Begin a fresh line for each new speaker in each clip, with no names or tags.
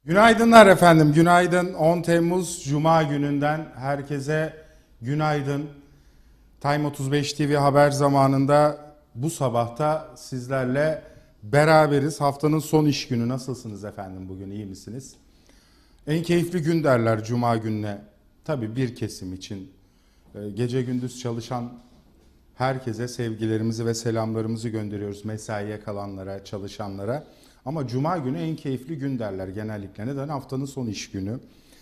Günaydınlar efendim, günaydın. 10 Temmuz Cuma gününden herkese günaydın. Time 35 TV haber zamanında bu sabahta sizlerle beraberiz. Haftanın son iş günü. Nasılsınız efendim bugün, iyi misiniz? En keyifli gün derler Cuma gününe. Tabii bir kesim için gece gündüz çalışan herkese sevgilerimizi ve selamlarımızı gönderiyoruz. Mesaiye kalanlara, çalışanlara. Ama Cuma günü en keyifli gün derler genellikle. Neden? Haftanın son iş günü.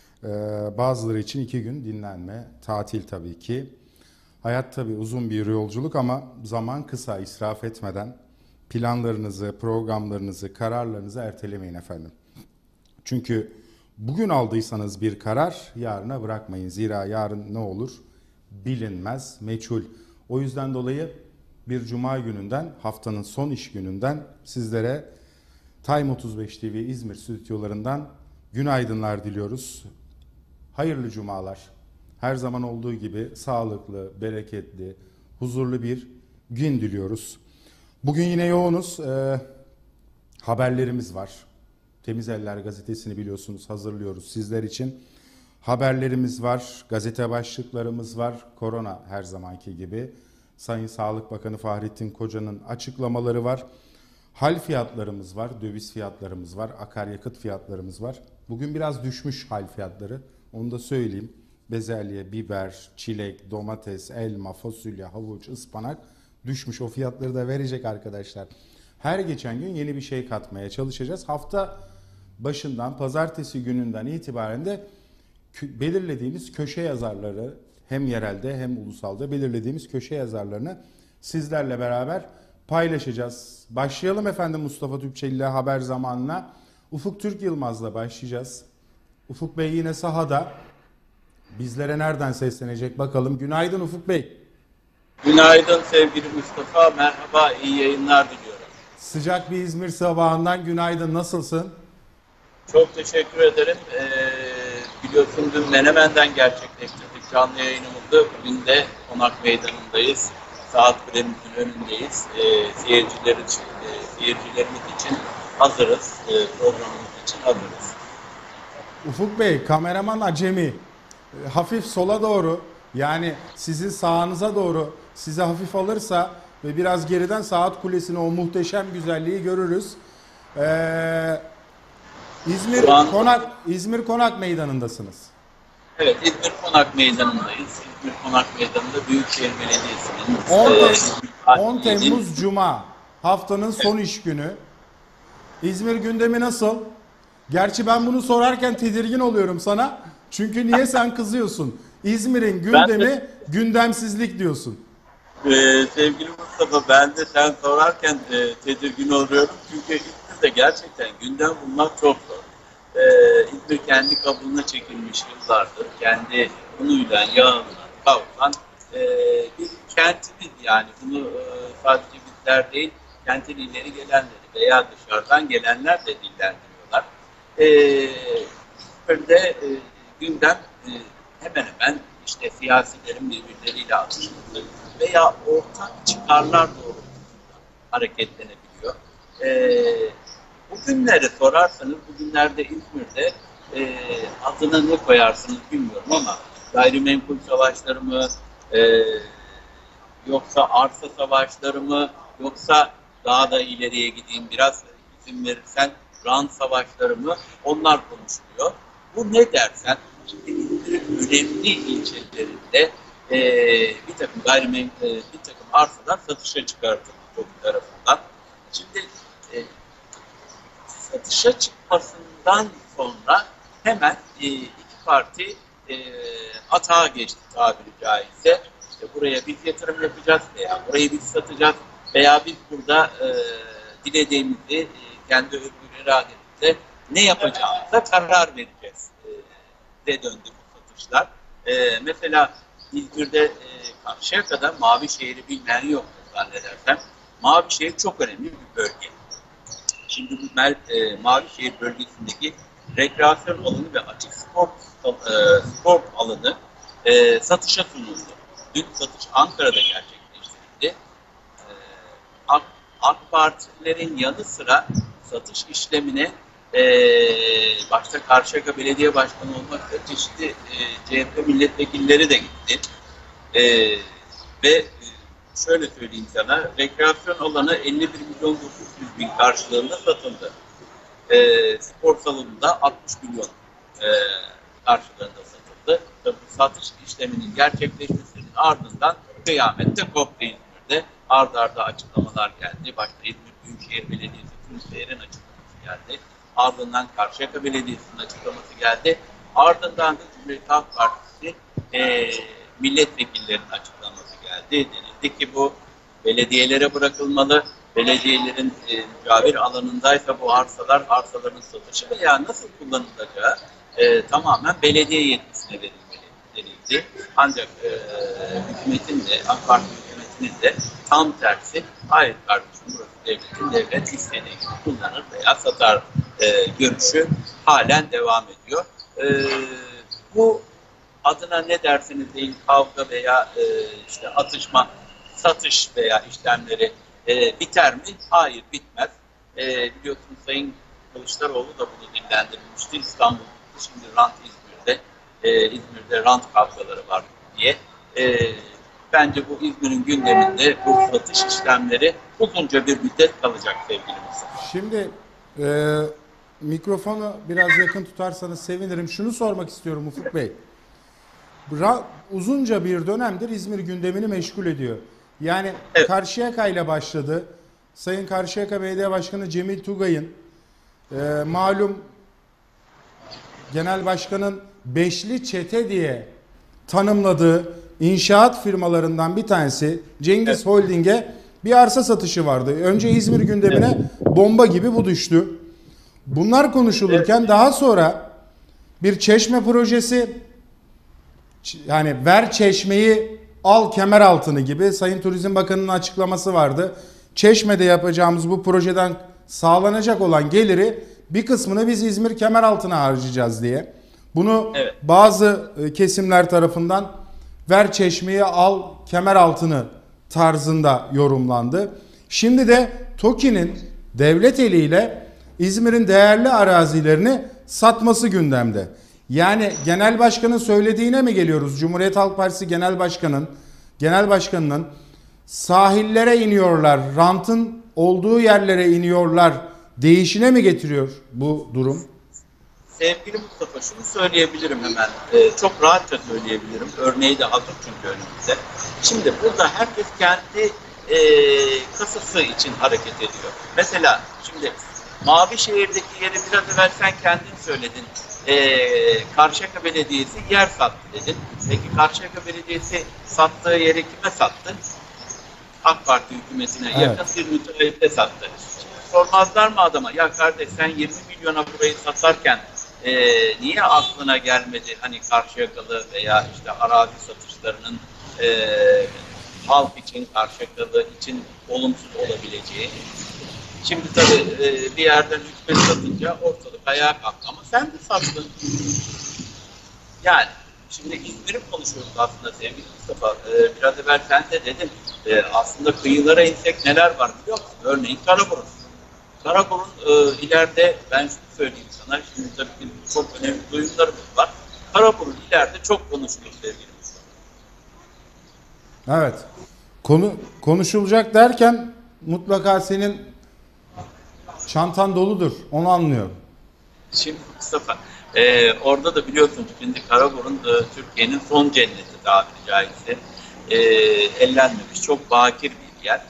Bazıları için 2 gün dinlenme, tatil tabii ki. Hayat tabii uzun bir yolculuk ama zaman kısa, israf etmeden planlarınızı, programlarınızı, kararlarınızı ertelemeyin efendim. Çünkü bugün aldıysanız bir karar yarına bırakmayın. Zira yarın ne olur bilinmez, meçhul. O yüzden dolayı bir Cuma gününden, haftanın son iş gününden sizlere Time 35 TV İzmir stüdyolarından günaydınlar diliyoruz. Hayırlı cumalar. Her zaman olduğu gibi sağlıklı, bereketli, huzurlu bir gün diliyoruz. Bugün yine yoğunuz. Haberlerimiz var. Temiz Eller gazetesini biliyorsunuz hazırlıyoruz sizler için. Haberlerimiz var, gazete başlıklarımız var. Korona her zamanki gibi. Sayın Sağlık Bakanı Fahrettin Koca'nın açıklamaları var. Hal fiyatlarımız var, döviz fiyatlarımız var, akaryakıt fiyatlarımız var. Bugün biraz düşmüş hal fiyatları, onu da söyleyeyim. Bezelye, biber, çilek, domates, elma, fasulye, havuç, ıspanak düşmüş. O fiyatları da verecek arkadaşlar. Her geçen gün yeni bir şey katmaya çalışacağız. Hafta başından, pazartesi gününden itibaren de belirlediğimiz köşe yazarları, hem yerelde hem ulusalda belirlediğimiz köşe yazarlarını sizlerle beraber paylaşacağız. Başlayalım efendim Mustafa Tüpçeli ile haber zamanına. Ufuk Türk Yılmaz'la başlayacağız. Ufuk Bey yine sahada. Bizlere nereden seslenecek bakalım. Günaydın Ufuk Bey.
Günaydın sevgili Mustafa. Merhaba, iyi yayınlar diliyorum.
Sıcak bir İzmir sabahından günaydın. Nasılsın?
Çok teşekkür ederim. Biliyorsun dün Menemen'den gerçekleştirdik canlı yayınımızı. Bugün de Konak Meydanı'ndayız. Saat Kulemizin önündeyiz. Seyircilerimiz için hazırız. Programımız için hazırız.
Ufuk Bey, kameraman acemi. Hafif sola doğru, yani sizin sağınıza doğru size hafif alırsa ve biraz geriden Saat Kulesi'nin o muhteşem güzelliği görürüz. İzmir Konak Meydanı'ndasınız.
Evet, İzmir Konak Meydanı'ndayız. İzmir Konak Meydanı'nda Büyükşehir Belediyesi'nin
10 Temmuz Cuma, haftanın son iş günü. İzmir gündemi nasıl? Gerçi ben bunu sorarken tedirgin oluyorum sana. Çünkü niye sen kızıyorsun? İzmir'in gündemi gündemsizlik diyorsun.
Sevgili Mustafa, ben de sen sorarken tedirgin oluyorum. Çünkü İzmir'de gerçekten gündem bulmak çok zor. İzmir kendi kabuğuna çekilmiş yıllardır. Kendi unuyla, yağıyla kavrulan bir kentimiz yani. Bunu sadece bizler değil, kentin ileri gelenleri veya dışarıdan gelenler de dillendiriyorlar. İzmir'de gündem hemen hemen işte siyasilerin birbirleriyle atışması veya ortak çıkarlar doğrultusunda hareketlenebiliyor. Bugünleri sorarsanız, bugünlerde İzmir'de adına ne koyarsınız bilmiyorum ama gayrimenkul savaşları mı, yoksa arsa savaşları mı, yoksa daha da ileriye gideyim biraz izin verirsen rant savaşları mı, onlar konuşuluyor. Bu ne dersen, şimdi İzmir'in önemli ilçelerinde bir takım bir takım arsalar satışa çıkartıldı TOKİ tarafından. Şimdi satışa çıkmasından sonra hemen iki parti atağa geçti tabiri caizse. İşte buraya biz yatırım yapacağız veya burayı biz satacağız veya biz burada dilediğimizi kendi özgür irademizle ne yapacağımıza karar vereceğiz de döndü bu satışlar. Mesela İzmir'de Karşıyaka'da Mavişehir'i bilmeyen yoktur zannedersem. Mavişehir çok önemli bir bölge. Şimdi bu Mavişehir bölgesindeki rekreasyon alanı ve açık spor alanı satışa sunuldu. Dün satış Ankara'da gerçekleştirildi. AK Partililerin yanı sıra satış işlemine Başta Karşıyaka Belediye Başkanı olmak üzere çeşitli CHP milletvekilleri de gitti. Ve şöyle söyleyeyim sana, rekreasyon alanı 51 milyon 900 bin karşılığında satıldı. Spor salonunda 60 milyon karşılığında satıldı. Tabii satış işleminin gerçekleşmesinin ardından kıyamette koptu İzmir'de. Arda arda açıklamalar geldi. Başta İzmir Büyükşehir Belediyesi Tünseyr'in açıklaması geldi. Ardından Karşıyaka Belediyesi'nin açıklaması geldi. Ardından da Cumhuriyet Halk Partisi milletvekillerinin açıklaması geldi. Denildi ki bu belediyelere bırakılmalı. Belediyelerin mücavir alanındaysa bu arsaların satışı veya nasıl kullanılacağı tamamen belediye yetkisine verilmeli denildi. Ancak hükümetin de, AK Parti hükümetinin de tam tersi, hayır kardeşim burası devletin, devlet istediği gibi kullanır veya satar görüşü halen devam ediyor. Bu adına ne derseniz deyin, kavga veya işte atışma, satış veya işlemleri biter mi? Hayır, bitmez. Biliyorsunuz Sayın Kılıçdaroğlu da bunu dillendirmişti. İstanbul'da şimdi rant İzmir'de rant kavgaları var diye. Bence bu İzmir'in gündeminde bu satış işlemleri uzunca bir müddet kalacak sevgili Mustafa.
Şimdi mikrofonu biraz yakın tutarsanız sevinirim. Şunu sormak istiyorum Ufuk Bey. Uzunca bir dönemdir İzmir gündemini meşgul ediyor. Yani evet. Karşıyaka ile başladı. Sayın Karşıyaka Belediye Başkanı Cemil Tugay'ın malum Genel Başkan'ın beşli çete diye tanımladığı inşaat firmalarından bir tanesi Cengiz evet. Holding'e bir arsa satışı vardı. Önce İzmir gündemine evet. bomba gibi bu düştü. Bunlar konuşulurken evet. daha sonra bir çeşme projesi, yani ver çeşmeyi al Kemeraltı'nı gibi Sayın Turizm Bakanı'nın açıklaması vardı. Çeşme'de yapacağımız bu projeden sağlanacak olan geliri bir kısmını biz İzmir Kemeraltı'na harcayacağız diye. Bunu evet. bazı kesimler tarafından ver çeşmeyi al Kemeraltı'nı tarzında yorumlandı. Şimdi de TOKİ'nin devlet eliyle İzmir'in değerli arazilerini satması gündemde. Yani genel başkanın söylediğine mi geliyoruz? Cumhuriyet Halk Partisi genel başkanının sahillere iniyorlar, rantın olduğu yerlere iniyorlar değişine mi getiriyor bu durum?
Sevgili Mustafa, şunu söyleyebilirim hemen. Çok rahatça söyleyebilirim. Örneği de hazır çünkü önümüzde. Şimdi burada herkes kendi kasası için hareket ediyor. Mesela şimdi Mavişehir'deki yeri biraz evvel sen kendin söyledin. Karşıyaka Belediyesi yer sattı dedin. Peki Karşıyaka Belediyesi sattığı yeri kime sattı? AK Parti hükümetine evet. yakın bir müteahhite sattı. Şimdi sormazlar mı adama? Ya kardeş sen 20 milyona burayı satarken niye aklına gelmedi hani Karşıyakalı veya işte arazi satışlarının halk için, Karşıyakalı için olumsuz olabileceği. Şimdi tabii bir yerden hükümet satınca ortalık ayağa kalktı ama sen de sattın. Yani şimdi İzmir'i konuşuyoruz aslında sevgili Mustafa. Biraz evvel sen de dedin. Aslında kıyılara insek neler var biliyor musun? Örneğin Karaburun. Karaburun ileride ben şunu söyleyeyim sana. Şimdi tabii çok önemli duyumlarımız var. Karaburun ileride çok konuşulur sevgili Mustafa.
Evet. Konuşulacak derken mutlaka senin çantan doludur. Onu anlıyorum.
Şimdi Mustafa, orada da biliyorsun şimdi Karaburun Türkiye'nin son cenneti tabiri caizse. Ellenmemiş, çok bakir bir yer.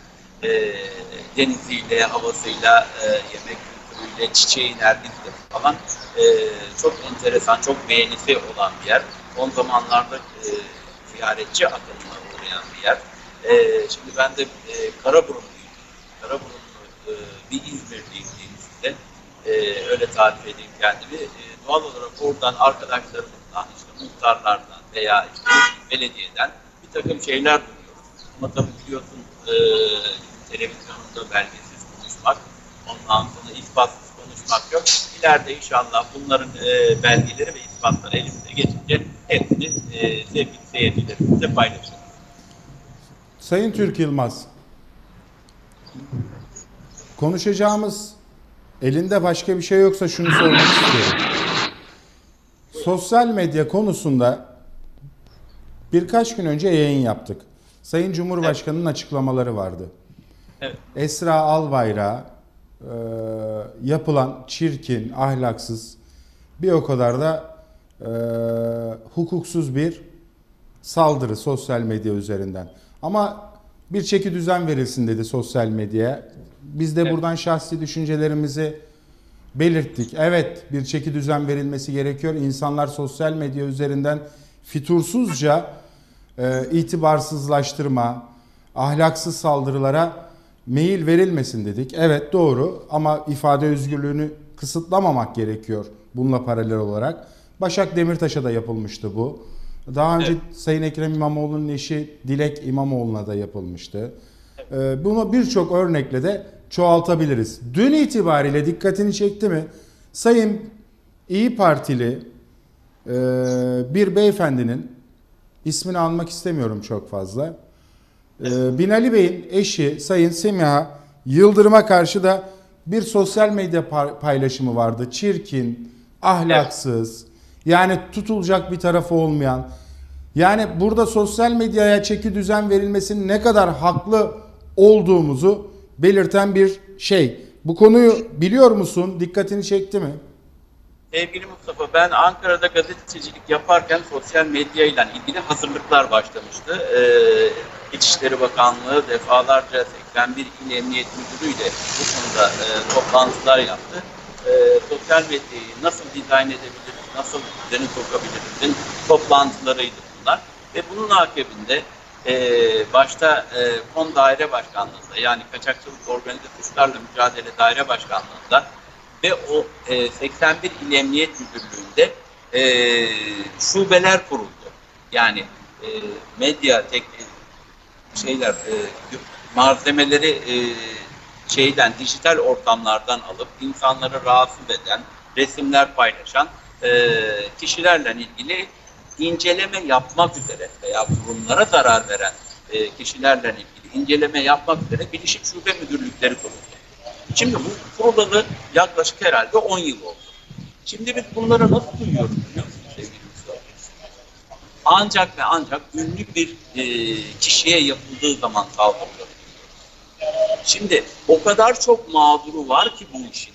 Deniziyle, havasıyla, yemek kültürüyle, çiçeği, nergisle falan çok enteresan, çok beğenisi olan bir yer. Son zamanlarda ziyaretçi akınına uğrayan bir yer. Şimdi ben de Karaburun'luyum. Karaburun'lu bir İzmirliyim diyeyim size. Öyle tarif edeyim kendimi. Doğal olarak oradan arkadaşlarımızdan, işte muhtarlardan veya işte belediyeden bir takım şeyler duyuyoruz. Ama tabii biliyorsun televizyonunda belgesiz konuşmak, ondan sonra ispatsız konuşmak yok. İleride inşallah bunların belgeleri ve ispatları elimize geçince hepsini sevgili seyircilerimizle paylaşırız.
Sayın Türk Yılmaz, konuşacağımız elinde başka bir şey yoksa şunu sormak istiyorum. Sosyal medya konusunda birkaç gün önce yayın yaptık. Sayın Cumhurbaşkanı'nın açıklamaları vardı.
Evet.
Esra Albayrak'a yapılan çirkin, ahlaksız, bir o kadar da hukuksuz bir saldırı sosyal medya üzerinden. Ama bir çeki düzen verilsin dedi sosyal medyaya. Biz de buradan şahsi düşüncelerimizi belirttik. Evet, bir çeki düzen verilmesi gerekiyor. İnsanlar sosyal medya üzerinden fütursuzca itibarsızlaştırma, ahlaksız saldırılara meyil verilmesin dedik. Evet, doğru, ama ifade özgürlüğünü kısıtlamamak gerekiyor bununla paralel olarak. Başak Demirtaş'a da yapılmıştı bu. Daha önce Sayın Ekrem İmamoğlu'nun eşi Dilek İmamoğlu'na da yapılmıştı. Bunu birçok örnekle de çoğaltabiliriz. Dün itibariyle dikkatini çekti mi? Sayın İyi Partili bir beyefendinin, ismini almak istemiyorum çok fazla, Binali Bey'in eşi Sayın Semiha Yıldırım'a karşı da bir sosyal medya paylaşımı vardı. Çirkin, ahlaksız, yani tutulacak bir tarafı olmayan. Yani burada sosyal medyaya çeki düzen verilmesinin ne kadar haklı olduğumuzu belirten bir şey. Bu konuyu biliyor musun? Dikkatini çekti mi?
Sevgili Mustafa, ben Ankara'da gazetecilik yaparken sosyal medya ile ilgili hazırlıklar başlamıştı. İçişleri Bakanlığı defalarca 81 İl Emniyet Müdürü ile bu konuda toplantılar yaptı. Sosyal medyayı nasıl dizayn edebiliriz, nasıl düzeni sokabiliriz toplantılarıydı bunlar. Ve bunun akabinde başta KON Daire Başkanlığı'nda, yani Kaçakçılık Organize Suçlarla Mücadele Daire Başkanlığı'nda ve o 81 İl Emniyet Müdürlüğü'nde şubeler kuruldu. Yani medya malzemeleri dijital ortamlardan alıp insanları rahatsız eden, resimler paylaşan kişilerle ilgili inceleme yapmak üzere veya kurumlara zarar veren kişilerle ilgili inceleme yapmak üzere bilişim şube müdürlükleri kuruldu. Şimdi bu kurulalı yaklaşık herhalde 10 yıl oldu. Şimdi biz bunları nasıl duyuyoruz biliyor musunuz sevgili Mustafa? Ancak ve ancak ünlü bir kişiye yapıldığı zaman saldırıyor. Şimdi o kadar çok mağduru var ki bu işin.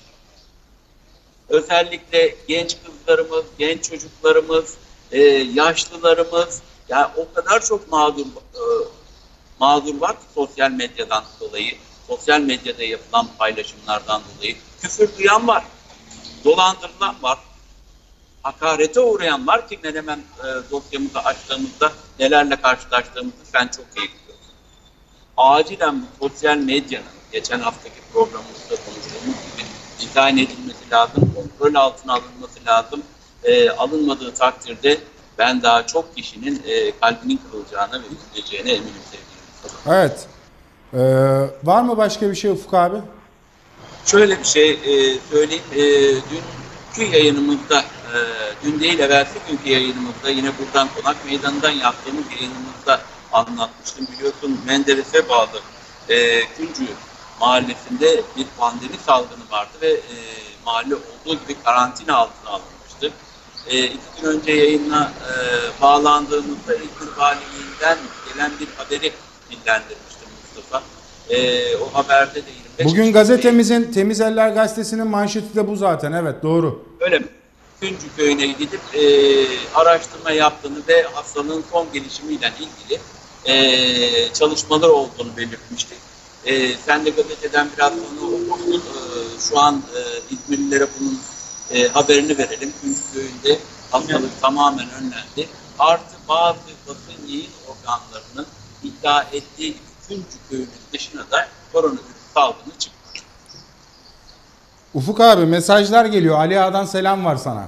Özellikle genç kızlarımız, genç çocuklarımız, yaşlılarımız, yani o kadar çok mağdur var ki sosyal medyadan dolayı, sosyal medyada yapılan paylaşımlardan dolayı küfür duyan var, dolandırılan var, hakarete uğrayan var ki hemen dosyamızı açtığımızda nelerle karşılaştığımızı sen çok iyi biliyorsun. Acilen bu sosyal medyanın geçen haftaki programımızda konuştuğumuz gibi dizayn edilmesi lazım, kontrol altına alınması lazım. Alınmadığı takdirde ben daha çok kişinin kalbinin kırılacağına ve üzüleceğine eminim sevgili Mustafa.
Evet. Var mı başka bir şey Ufuk abi?
Şöyle bir şey söyleyeyim. Dünkü yayınımızda, dün değil evvelsi günkü yayınımızda, yine buradan Konak Meydanı'ndan yaptığımız yayınımızda anlatmıştım. Biliyorsun Menderes'e bağlı Küncü mahallesinde bir pandemi salgını vardı ve mahalle olduğu gibi karantina altına alınmıştı. 2 gün önce yayına bağlandığımızda İzmir Valiliğinden gelen bir haberi dillendirmiştim Mustafa. O haberde de 25
Bugün gazetemizin Temiz Eller Gazetesi'nin manşeti de bu zaten. Evet, doğru.
Öyle mi? Küncü köyüne gidip araştırma yaptığını ve hastalığın son gelişimiyle ilgili çalışmalar olduğunu belirtmiştik. Sen de gazeteden biraz sonra okudun. Şu an İzmirlilere bunun haberini verelim. Küncü köyünde hastalık tamamen önlendi. Artı bazı basın yayın organlarının iddia ettiği Küncü köyünün dışına da koronavirüs salgını çıktı.
Ufuk abi, mesajlar geliyor. Ali Ağa'dan selam var sana.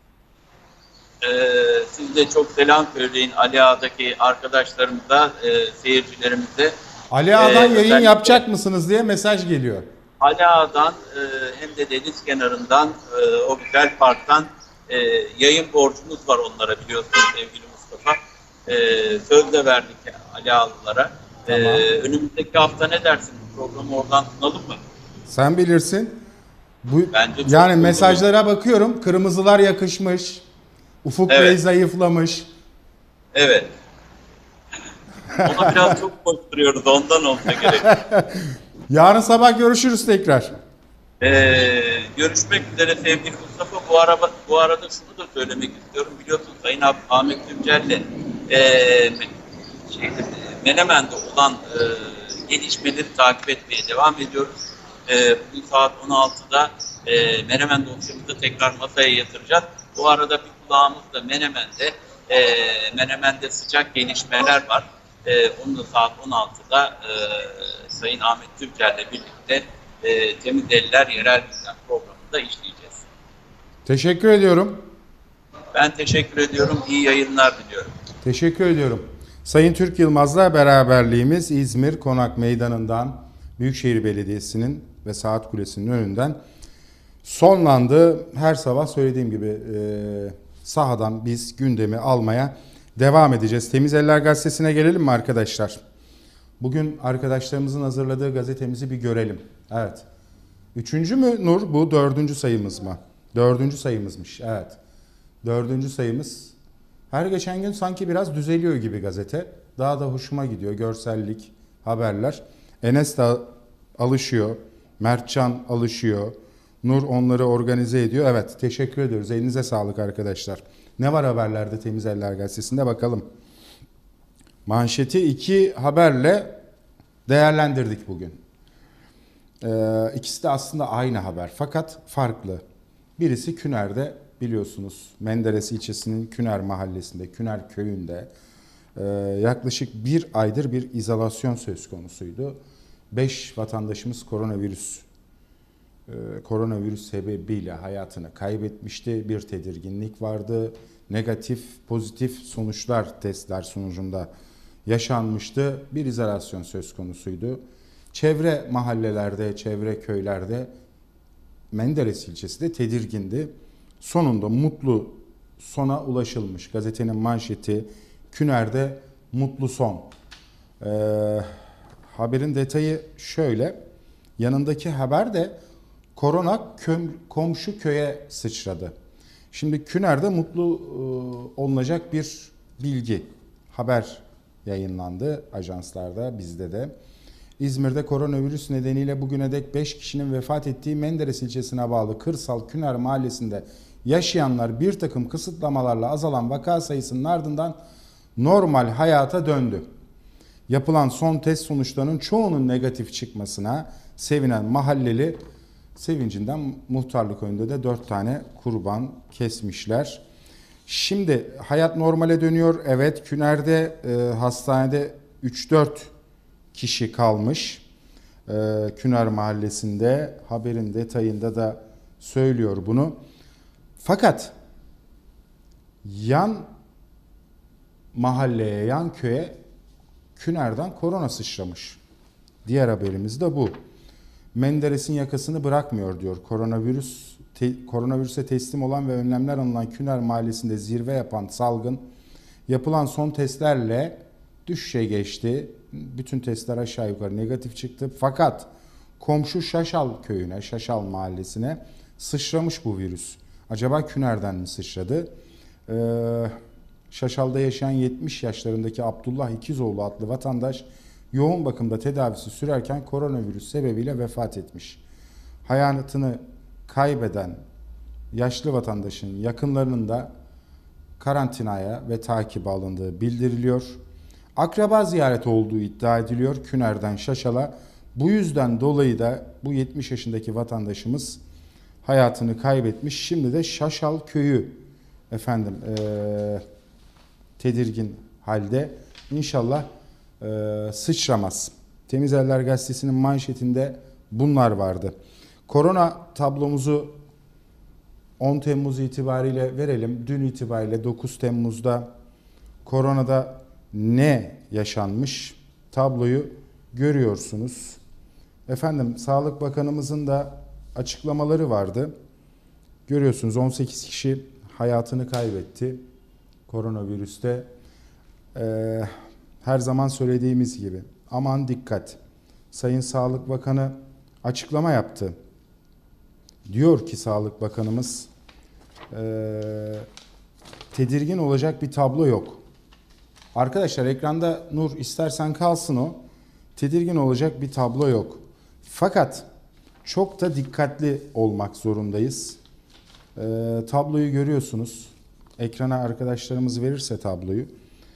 Siz de çok selam söyleyin Ali Ağa'daki arkadaşlarımıza, seyircilerimize.
Ali Ağa'dan yayın yapacak mısınız diye mesaj geliyor.
Ali Ağa'dan hem de deniz kenarından, o güzel parktan yayın borcumuz var onlara, biliyorsunuz sevgili Mustafa. Söz de verdik Ali Ağa'lılara. Tamam. Önümüzdeki hafta ne dersin? Bu programı oradan sunalım mı?
Sen bilirsin.
Bence çok
Yani
uygun.
mesajlara bakıyorum. Kırmızılar yakışmış. Ufuk
Evet.
Bey zayıflamış.
Evet. Ona biraz çok koşturuyoruz, ondan olsa gerek.
Yarın sabah görüşürüz tekrar.
Görüşmek üzere sevgili Mustafa. Bu arada şunu da söylemek istiyorum. Biliyorsun Sayın Ahmet Tuncel'le Menemen'de olan gelişmeleri takip etmeye devam ediyoruz. Bugün saat 16'da Menemen dosyamızı tekrar masaya yatıracağız. Bu arada bir kulağımız da Menemen'de. Menemen'de sıcak gelişmeler var. Onu da saat 16'da Sayın Ahmet Tuncel'le birlikte Temiz Eller Yerel Gündem programında işleyeceğiz.
Teşekkür ediyorum.
Ben teşekkür ediyorum. İyi yayınlar diliyorum.
Teşekkür ediyorum. Sayın Türk Yılmaz'la beraberliğimiz İzmir Konak Meydanı'ndan Büyükşehir Belediyesi'nin ve Saat Kulesi'nin önünden sonlandı. Her sabah söylediğim gibi sahadan biz gündemi almaya devam edeceğiz. Temiz Eller Gazetesi'ne gelelim mi arkadaşlar? Bugün arkadaşlarımızın hazırladığı gazetemizi bir görelim. Evet. Üçüncü mü Nur? Bu dördüncü sayımız mı? Dördüncü sayımızmış. Evet. Dördüncü sayımız. Her geçen gün sanki biraz düzeliyor gibi gazete. Daha da hoşuma gidiyor. Görsellik, haberler. Enes de alışıyor. Mertcan alışıyor. Nur onları organize ediyor. Evet, teşekkür ediyoruz. Elinize sağlık arkadaşlar. Ne var haberlerde Temiz Eller Gazetesi'nde bakalım. Manşeti iki haberle değerlendirdik bugün. İkisi de aslında aynı haber fakat farklı. Birisi Küner'de, biliyorsunuz Menderes ilçesinin Küner mahallesinde, Küner köyünde yaklaşık bir aydır bir izolasyon söz konusuydu. 5 vatandaşımız koronavirüs sebebiyle hayatını kaybetmişti. Bir tedirginlik vardı. Negatif, pozitif sonuçlar testler sonucunda yaşanmıştı. Bir izolasyon söz konusuydu. Çevre mahallelerde, çevre köylerde Menderes ilçesi de tedirgindi. Sonunda mutlu sona ulaşılmış. Gazetenin manşeti Küner'de mutlu son. Haberin detayı şöyle. Yanındaki haber de korona komşu köye sıçradı. Şimdi Küner'de mutlu olunacak bir bilgi. Haber yayınlandı ajanslarda, bizde de. İzmir'de koronavirüs nedeniyle bugüne dek 5 kişinin vefat ettiği Menderes ilçesine bağlı Kırsal Küner mahallesinde yaşayanlar bir takım kısıtlamalarla azalan vaka sayısının ardından normal hayata döndü. Yapılan son test sonuçlarının çoğunun negatif çıkmasına sevinen mahalleli sevincinden muhtarlık önünde de 4 tane kurban kesmişler. Şimdi hayat normale dönüyor. Evet, Küner'de hastanede 3-4 kişi kalmış. Küner mahallesinde haberin detayında da söylüyor bunu. Fakat yan mahalleye, yan köye Küner'den korona sıçramış. Diğer haberimiz de bu. Menderes'in yakasını bırakmıyor diyor. Koronavirüse teslim olan ve önlemler alınan Küner mahallesinde zirve yapan salgın yapılan son testlerle düşüşe geçti. Bütün testler aşağı yukarı negatif çıktı. Fakat komşu Şaşal köyüne, Şaşal mahallesine sıçramış bu virüs. Acaba Küner'den mi sıçradı? Şaşal'da yaşayan 70 yaşlarındaki Abdullah İkizoğlu adlı vatandaş yoğun bakımda tedavisi sürerken koronavirüs sebebiyle vefat etmiş. Hayatını kaybeden yaşlı vatandaşın yakınlarının da karantinaya ve takibe alındığı bildiriliyor. Akraba ziyareti olduğu iddia ediliyor Küner'den Şaşal'a. Bu yüzden dolayı da bu 70 yaşındaki vatandaşımız hayatını kaybetmiş. Şimdi de Şaşal köyü tedirgin halde. İnşallah sıçramaz. Temiz Eller Gazetesi'nin manşetinde bunlar vardı. Korona tablomuzu 10 Temmuz itibariyle verelim. Dün itibariyle 9 Temmuz'da koronada ne yaşanmış tabloyu görüyorsunuz. Sağlık Bakanımızın da açıklamaları vardı. Görüyorsunuz 18 kişi hayatını kaybetti koronavirüste. Her zaman söylediğimiz gibi aman dikkat. Sayın Sağlık Bakanı açıklama yaptı. Diyor ki Sağlık Bakanımız, tedirgin olacak bir tablo yok. Arkadaşlar ekranda Nur istersen kalsın o. Tedirgin olacak bir tablo yok. Fakat çok da dikkatli olmak zorundayız. Tabloyu görüyorsunuz. Ekrana arkadaşlarımız verirse tabloyu.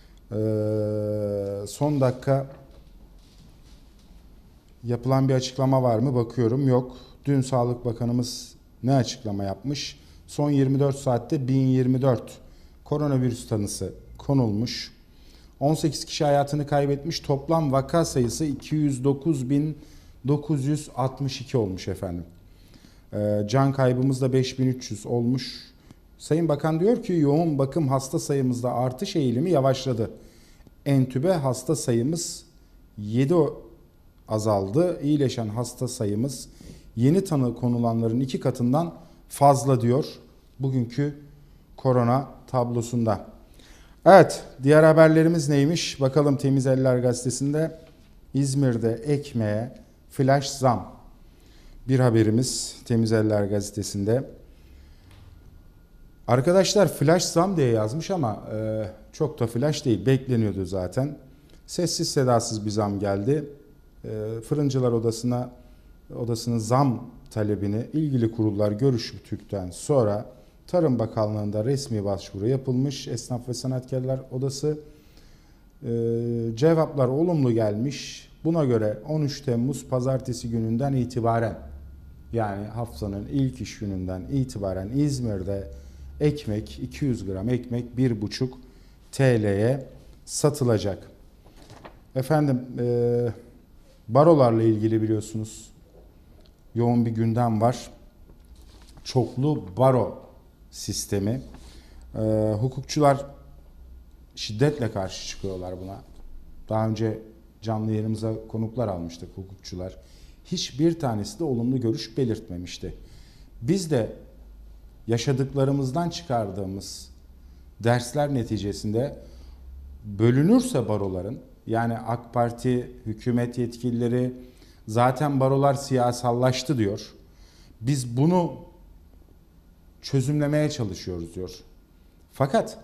Son dakika yapılan bir açıklama var mı? Bakıyorum yok. Dün Sağlık Bakanımız ne açıklama yapmış? Son 24 saatte 1024 koronavirüs tanısı konulmuş. 18 kişi hayatını kaybetmiş. Toplam vaka sayısı 209.962 olmuş efendim. Can kaybımız da 5300 olmuş. Sayın Bakan diyor ki yoğun bakım hasta sayımızda artış eğilimi yavaşladı. Entübe hasta sayımız 7 azaldı. İyileşen hasta sayımız yeni tanı konulanların 2 katından fazla diyor bugünkü korona tablosunda. Evet, diğer haberlerimiz neymiş? Bakalım Temiz Eller Gazetesi'nde İzmir'de ekmeğe flash zam. Bir haberimiz Temiz Eller Gazetesi'nde. Arkadaşlar flash zam diye yazmış ama çok da flash değil. Bekleniyordu zaten. Sessiz sedasız bir zam geldi. Fırıncılar Odası'nın zam talebini ilgili kurullar görüştükten sonra Tarım Bakanlığı'nda resmi başvuru yapılmış. Esnaf ve Sanatkarlar Odası cevaplar olumlu gelmiş. Buna göre 13 Temmuz pazartesi gününden itibaren yani haftanın ilk iş gününden itibaren İzmir'de ekmek 200 gram ekmek 1,5 TL'ye satılacak. Efendim barolarla ilgili biliyorsunuz yoğun bir gündem var. Çoklu baro sistemi. Hukukçular şiddetle karşı çıkıyorlar buna. Daha önce canlı yayınımıza konuklar almıştık hukukçular. Hiçbir tanesi de olumlu görüş belirtmemişti. Biz de yaşadıklarımızdan çıkardığımız dersler neticesinde bölünürse baroların yani AK Parti, hükümet yetkilileri zaten barolar siyasallaştı diyor. Biz bunu çözümlemeye çalışıyoruz diyor. Fakat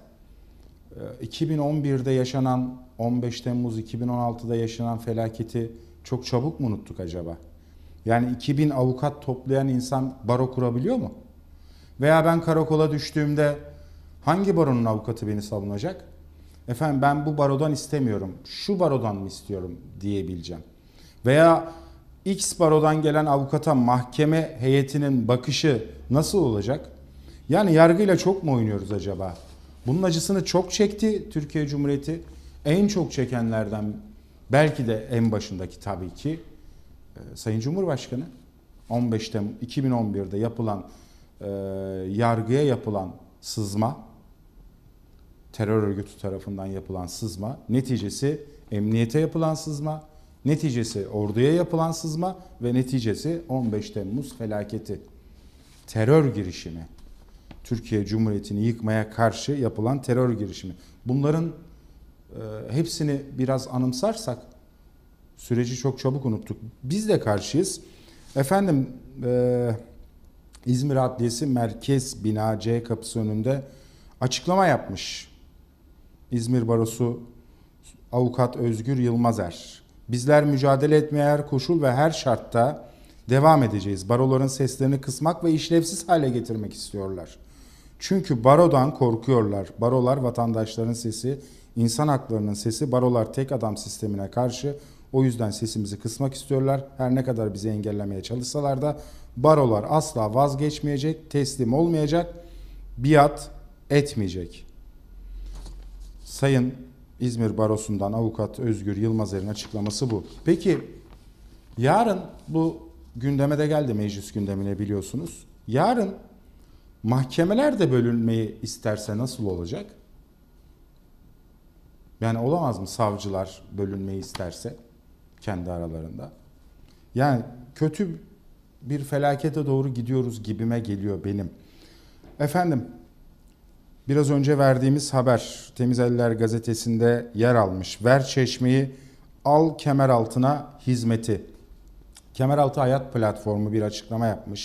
2011'de yaşanan 15 Temmuz 2016'da yaşanan felaketi çok çabuk mu unuttuk acaba? Yani 2000 avukat toplayan insan baro kurabiliyor mu? Veya ben karakola düştüğümde hangi baronun avukatı beni savunacak? Efendim ben bu barodan istemiyorum, şu barodan mı istiyorum diyebileceğim. Veya X barodan gelen avukata mahkeme heyetinin bakışı nasıl olacak? Yani yargıyla çok mu oynuyoruz acaba? Bunun acısını çok çekti Türkiye Cumhuriyeti. En çok çekenlerden belki de en başındaki tabii ki Sayın Cumhurbaşkanı. 15 Temmuz 2011'de yapılan yargıya yapılan sızma, terör örgütü tarafından yapılan sızma, neticesi emniyete yapılan sızma, neticesi orduya yapılan sızma ve neticesi 15 Temmuz felaketi. Terör girişimi. Türkiye Cumhuriyeti'ni yıkmaya karşı yapılan terör girişimi. Bunların hepsini biraz anımsarsak süreci çok çabuk unuttuk. Biz de karşıyız. Efendim İzmir Adliyesi Merkez Bina C kapısı önünde açıklama yapmış. İzmir Barosu Avukat Özgür Yılmazer. Bizler mücadele etmeye her koşul ve her şartta devam edeceğiz. Baroların seslerini kısmak ve işlevsiz hale getirmek istiyorlar. Çünkü barodan korkuyorlar. Barolar vatandaşların sesi, insan haklarının sesi. Barolar tek adam sistemine karşı. O yüzden sesimizi kısmak istiyorlar. Her ne kadar bizi engellemeye çalışsalar da barolar asla vazgeçmeyecek, teslim olmayacak, biat etmeyecek. Sayın İzmir Barosu'ndan Avukat Özgür Yılmazer'in açıklaması bu. Peki yarın bu gündeme de geldi, meclis gündemine biliyorsunuz. Yarın mahkemeler de bölünmeyi isterse nasıl olacak? Yani olamaz mı savcılar bölünmeyi isterse kendi aralarında? Yani kötü bir felakete doğru gidiyoruz gibime geliyor benim. Efendim biraz önce verdiğimiz haber Temiz Eller Gazetesi'nde yer almış. Ver çeşmeyi, al kemer altına hizmeti. Kemeraltı Hayat Platformu bir açıklama yapmış.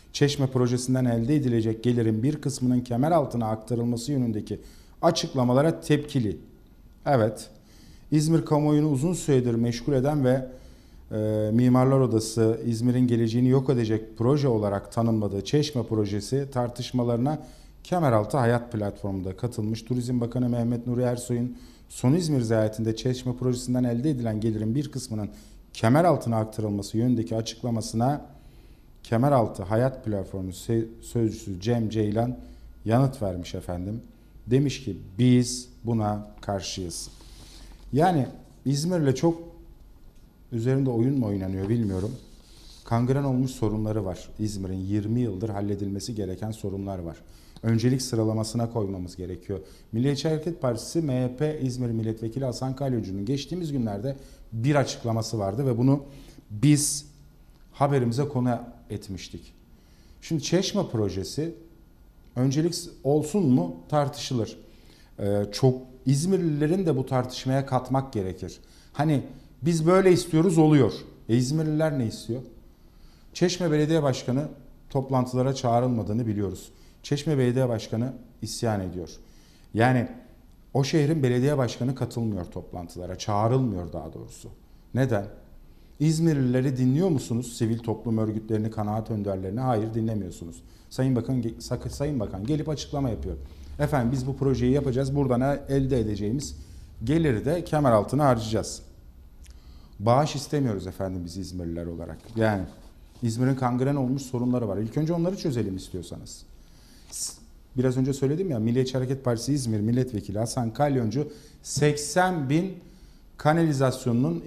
Çeşme projesinden elde edilecek gelirin bir kısmının kemer altına aktarılması yönündeki açıklamalara tepkili. Evet, İzmir kamuoyunu uzun süredir meşgul eden ve Mimarlar Odası İzmir'in geleceğini yok edecek proje olarak tanımladığı Çeşme projesi tartışmalarına Kemeraltı Hayat platformunda katılmış Turizm Bakanı Mehmet Nuri Ersoy'un Son İzmir ziyaretinde Çeşme projesinden elde edilen gelirin bir kısmının Kemeraltı'na aktarılması yönündeki açıklamasına Kemeraltı Hayat platformu sözcüsü Cem Ceylan yanıt vermiş efendim. Demiş ki biz buna karşıyız. Yani İzmir'le çok üzerinde oyun mu oynanıyor bilmiyorum. Kangren olmuş sorunları var. İzmir'in 20 yıldır halledilmesi gereken sorunlar var. Öncelik sıralamasına koymamız gerekiyor. Milliyetçi Hareket Partisi MHP İzmir Milletvekili Hasan Kalyoncu'nun geçtiğimiz günlerde bir açıklaması vardı ve bunu biz haberimize konu etmiştik. Şimdi Çeşme projesi öncelik olsun mu tartışılır. Çok İzmirlilerin de bu tartışmaya katmak gerekir. Hani biz böyle istiyoruz oluyor. İzmirliler ne istiyor? Çeşme Belediye Başkanı toplantılara çağrılmadığını biliyoruz. Çeşme Belediye Başkanı isyan ediyor. Yani o şehrin belediye başkanı katılmıyor toplantılara, çağrılmıyor daha doğrusu. Neden? İzmirlileri dinliyor musunuz? Sivil toplum örgütlerini, kanaat önderlerini? Hayır, dinlemiyorsunuz. Sayın Bakan gelip açıklama yapıyor. Efendim biz bu projeyi yapacağız. Buradan elde edeceğimiz geliri de Kemeraltı'na harcayacağız. Bağış istemiyoruz efendim biz İzmirliler olarak. Yani İzmir'in kangren olmuş sorunları var. İlk önce onları çözelim istiyorsanız. Biraz önce söyledim ya, Milliyetçi Hareket Partisi İzmir Milletvekili Hasan Kalyoncu 80 bin kanalizasyonunun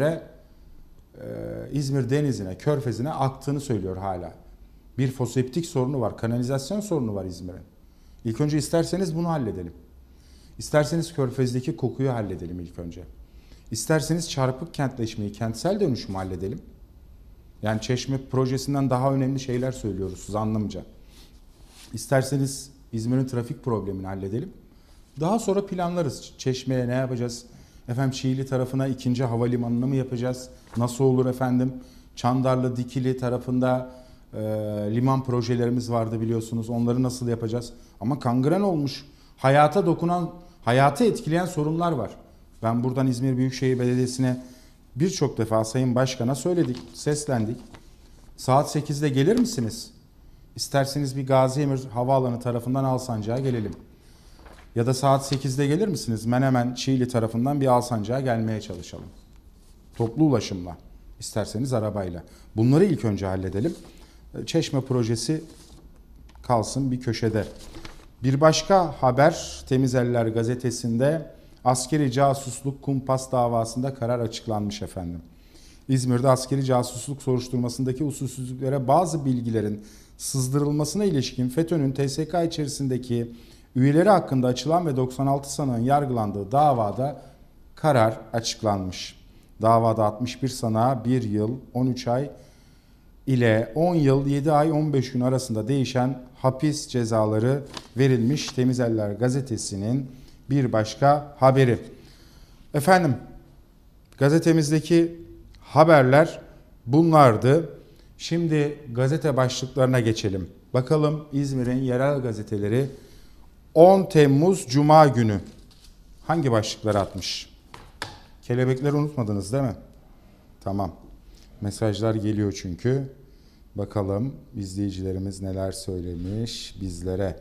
İzmir denizine, körfezine aktığını söylüyor hala. Bir foseptik sorunu var, kanalizasyon sorunu var İzmir'in. İlk önce isterseniz bunu halledelim. İsterseniz körfezdeki kokuyu halledelim ilk önce. İsterseniz çarpık kentleşmeyi, kentsel dönüşümü halledelim. Yani Çeşme projesinden daha önemli şeyler söylüyoruz zannımca. İsterseniz İzmir'in trafik problemini halledelim. Daha sonra planlarız. Çeşme'ye ne yapacağız? Efendim Çiğli tarafına ikinci havalimanını mı yapacağız? Nasıl olur efendim? Çandarlı, Dikili tarafında liman projelerimiz vardı biliyorsunuz. Onları nasıl yapacağız? Ama kangren olmuş, hayata dokunan, hayatı etkileyen sorunlar var. Ben buradan İzmir Büyükşehir Belediyesi'ne birçok defa Sayın Başkan'a söyledik, seslendik. Saat 8'de gelir misiniz? İsterseniz bir Gaziemir Havaalanı tarafından Alsancak'a gelelim. Ya da saat 8'de gelir misiniz? Menemen, Çiğli tarafından bir Alsancak'a gelmeye çalışalım. Toplu ulaşımla, isterseniz arabayla. Bunları ilk önce halledelim. Çeşme projesi kalsın bir köşede. Bir başka haber Temiz Eller gazetesinde askeri casusluk kumpas davasında karar açıklanmış efendim. İzmir'de askeri casusluk soruşturmasındaki usulsüzlüklere bazı bilgilerin sızdırılmasına ilişkin FETÖ'nün TSK içerisindeki üyeleri hakkında açılan ve 96 sanığın yargılandığı davada karar açıklanmış. Davada 61 sanığa 1 yıl 13 ay ile 10 yıl 7 ay 15 gün arasında değişen hapis cezaları verilmiş. Temiz Eller gazetesinin bir başka haberi. Efendim gazetemizdeki haberler bunlardı. Şimdi gazete başlıklarına geçelim. Bakalım İzmir'in yerel gazeteleri 10 Temmuz Cuma günü hangi başlıkları atmış? Kelebekleri unutmadınız değil mi? Tamam. Mesajlar geliyor çünkü. Bakalım izleyicilerimiz neler söylemiş bizlere.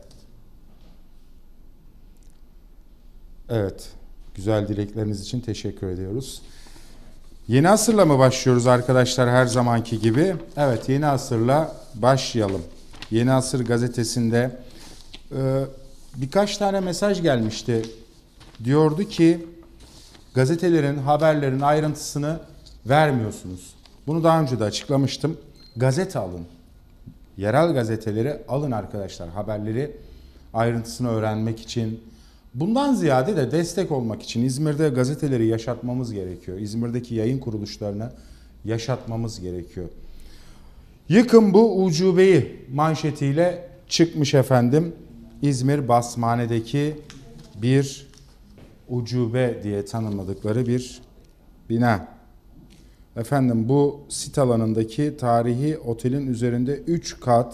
Evet. Güzel dilekleriniz için teşekkür ediyoruz. Yeni Asır'la mı başlıyoruz arkadaşlar her zamanki gibi? Evet, Yeni Asır'la başlayalım. Yeni Asır gazetesinde birkaç tane mesaj gelmişti. Diyordu ki gazetelerin, haberlerin ayrıntısını vermiyorsunuz. Bunu daha önce de açıklamıştım. Gazete alın. Yerel gazeteleri alın arkadaşlar. Haberleri ayrıntısını öğrenmek için. Bundan ziyade de destek olmak için İzmir'de gazeteleri yaşatmamız gerekiyor. İzmir'deki yayın kuruluşlarını yaşatmamız gerekiyor. Yıkın bu ucubeyi manşetiyle çıkmış efendim. İzmir Basmane'deki bir ucube diye tanımladıkları bir bina. Efendim bu sit alanındaki tarihi otelin üzerinde 3 kat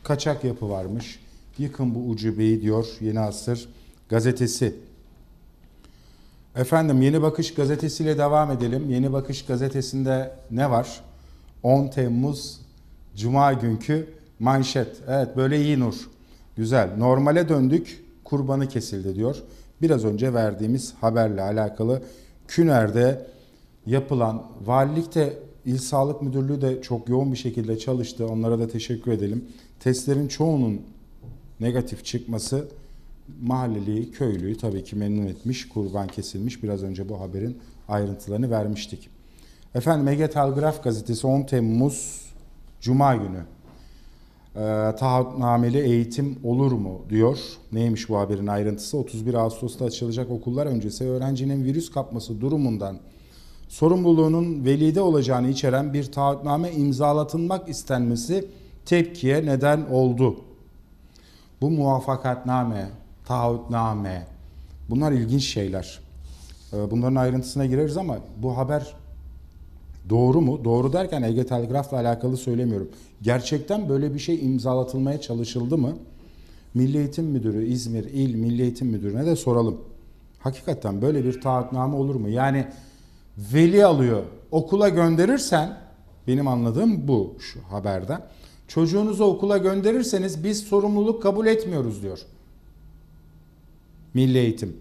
kaçak yapı varmış. Yıkın bu ucubeyi diyor Yeni Asır gazetesi. Efendim Yeni Bakış gazetesiyle devam edelim. Yeni Bakış gazetesinde ne var? 10 Temmuz Cuma günkü manşet. Evet böyle iyi Nur. Güzel. Normale döndük. Kurbanı kesildi diyor. Biraz önce verdiğimiz haberle alakalı Küner'de yapılan, valilikte İl Sağlık Müdürlüğü de çok yoğun bir şekilde çalıştı. Onlara da teşekkür edelim. Testlerin çoğunun negatif çıkması mahalleliyi, köylüyü tabii ki memnun etmiş. Kurban kesilmiş. Biraz önce bu haberin ayrıntılarını vermiştik. Efendim Ege Telgraf gazetesi 10 Temmuz Cuma günü. Taahhütnameli eğitim olur mu diyor. Neymiş bu haberin ayrıntısı? 31 Ağustos'ta açılacak okullar öncesi öğrencinin virüs kapması durumundan sorumluluğunun velide olacağını içeren bir taahhütname imzalatılmak istenmesi tepkiye neden oldu. Bu muvaffakatname, taahhütname bunlar ilginç şeyler. Bunların ayrıntısına gireriz ama bu haber doğru mu? Doğru derken Ege Telgraf'la alakalı söylemiyorum. Gerçekten böyle bir şey imzalatılmaya çalışıldı mı? Milli Eğitim Müdürü, İzmir İl Milli Eğitim Müdürü'ne de soralım. Hakikaten böyle bir taahhütname olur mu? Yani veli alıyor, okula gönderirsen, benim anladığım bu şu haberden. Çocuğunuzu okula gönderirseniz biz sorumluluk kabul etmiyoruz diyor. Milli Eğitim.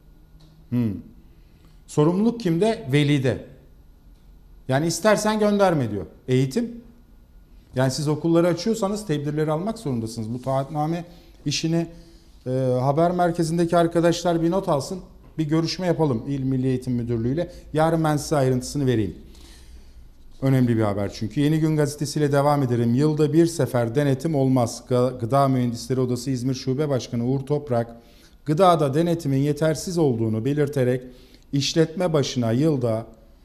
Sorumluluk kimde? Velide. Yani istersen gönderme diyor. Eğitim. Yani siz okulları açıyorsanız tedbirleri almak zorundasınız. Bu taahhütname işini haber merkezindeki arkadaşlar bir not alsın. Bir görüşme yapalım İl Milli Eğitim Müdürlüğü ile. Yarın ben size ayrıntısını vereyim. Önemli bir haber çünkü. Yeni Gün gazetesiyle devam edelim. Yılda bir sefer denetim olmaz. Gıda Mühendisleri Odası İzmir Şube Başkanı Uğur Toprak, gıdada denetimin yetersiz olduğunu belirterek işletme başına yılda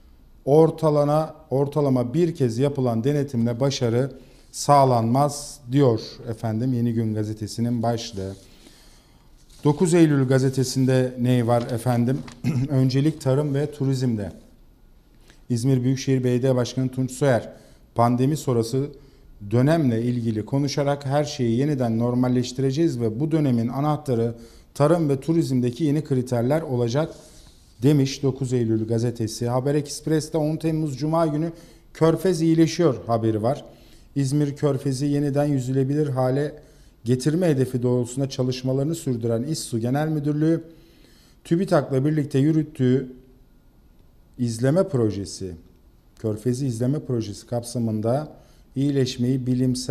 ortalama bir kez yapılan denetimle başarı sağlanmaz diyor efendim Yeni Gün gazetesinin başlığı. 9 Eylül gazetesinde ne var efendim? Öncelik tarım ve turizmde. İzmir Büyükşehir Belediye Başkanı Tunç Soyer pandemi sonrası dönemle ilgili konuşarak her şeyi yeniden normalleştireceğiz ve bu dönemin anahtarı tarım ve turizmdeki yeni kriterler olacak demiş 9 Eylül gazetesi. Haber Ekspres'te 10 Temmuz Cuma günü Körfez iyileşiyor haberi var. İzmir Körfez'i yeniden yüzülebilir hale getirme hedefi doğrultusunda çalışmalarını sürdüren İSSU Genel Müdürlüğü, TÜBİTAK'la birlikte yürüttüğü izleme projesi, Körfez'i izleme projesi kapsamında iyileşmeyi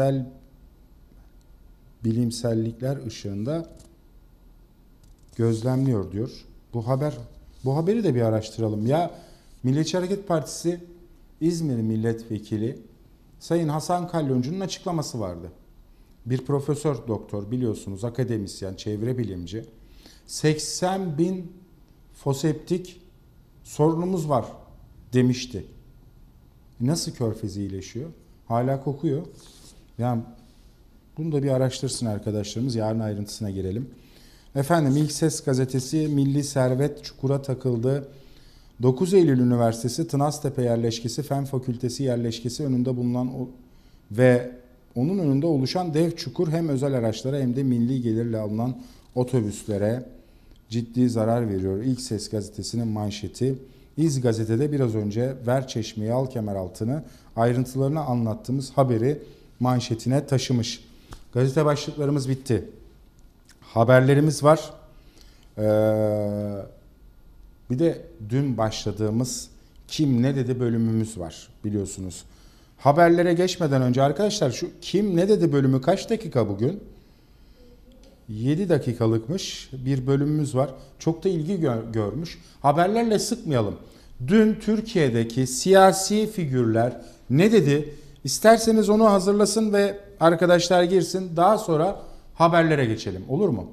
bilimsellikler ışığında gözlemliyor diyor. Bu haberi de bir araştıralım. Ya Milliyetçi Hareket Partisi İzmir Milletvekili Sayın Hasan Kalyoncu'nun açıklaması vardı. Bir profesör doktor biliyorsunuz akademisyen, çevre bilimci. 80.000 foseptik sorunumuz var demişti. Nasıl Körfez iyileşiyor? Hala kokuyor. Yani bunu da bir araştırsın arkadaşlarımız. Yarın ayrıntısına girelim. Efendim İlk Ses gazetesi milli servet çukura takıldı. 9 Eylül Üniversitesi Tınaztepe yerleşkesi Fen Fakültesi yerleşkesi önünde bulunan ve onun önünde oluşan dev çukur hem özel araçlara hem de milli gelirle alınan otobüslere ciddi zarar veriyor. İlk Ses gazetesinin manşeti. İz gazetede biraz önce Verçeşme'yi Alkemeraltı'nı ayrıntılarını anlattığımız haberi manşetine taşımış. Gazete başlıklarımız bitti. Haberlerimiz var. Bir de dün başladığımız Kim Ne Dedi bölümümüz var biliyorsunuz. Haberlere geçmeden önce arkadaşlar şu Kim Ne Dedi bölümü kaç dakika bugün? 7 dakikalıkmış bir bölümümüz var. Çok da ilgi görmüş. Haberlerle sıkmayalım. Dün Türkiye'deki siyasi figürler ne dedi? İsterseniz onu hazırlasın ve arkadaşlar girsin. Daha sonra haberlere geçelim. Olur mu?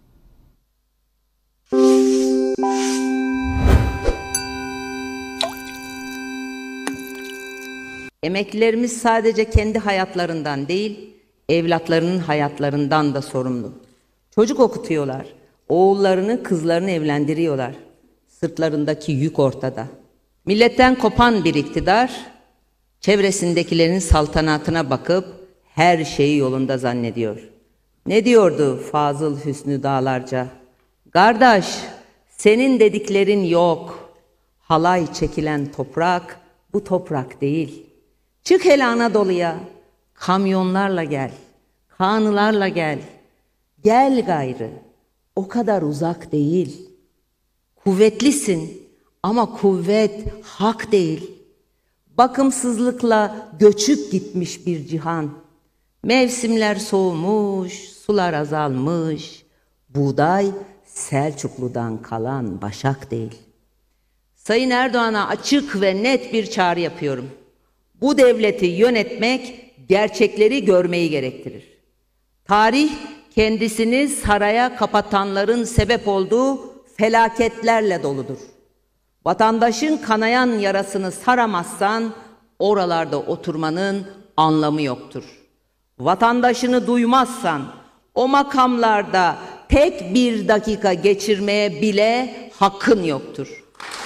Emeklilerimiz sadece kendi hayatlarından değil, evlatlarının hayatlarından da sorumlu. Çocuk okutuyorlar, oğullarını, kızlarını evlendiriyorlar. Sırtlarındaki yük ortada. Milletten kopan bir iktidar, çevresindekilerin saltanatına bakıp her şeyi yolunda zannediyor. Ne diyordu Fazıl Hüsnü Dağlarca? Kardeş, senin dediklerin yok. Halay çekilen toprak bu toprak değil. Çık hele Anadolu'ya, kamyonlarla gel, kanılarla gel. Gel gayrı, o kadar uzak değil. Kuvvetlisin ama kuvvet hak değil. Bakımsızlıkla göçüp gitmiş bir cihan. Mevsimler soğumuş, sular azalmış. Buğday Selçuklu'dan kalan başak değil. Sayın Erdoğan'a açık ve net bir çağrı yapıyorum. Bu devleti yönetmek gerçekleri görmeyi gerektirir. Tarih kendisini saraya kapatanların sebep olduğu felaketlerle doludur. Vatandaşın kanayan yarasını saramazsan oralarda oturmanın anlamı yoktur. Vatandaşını duymazsan o makamlarda tek bir dakika geçirmeye bile hakkın yoktur.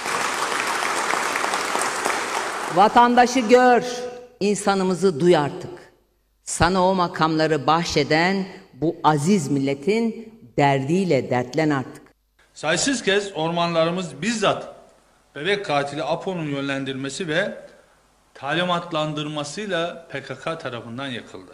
Vatandaşı gör, insanımızı duy artık. Sana o makamları bahşeden bu aziz milletin derdiyle dertlen artık.
Sayısız kez ormanlarımız bizzat bebek katili APO'nun yönlendirmesi ve talimatlandırmasıyla PKK tarafından yakıldı.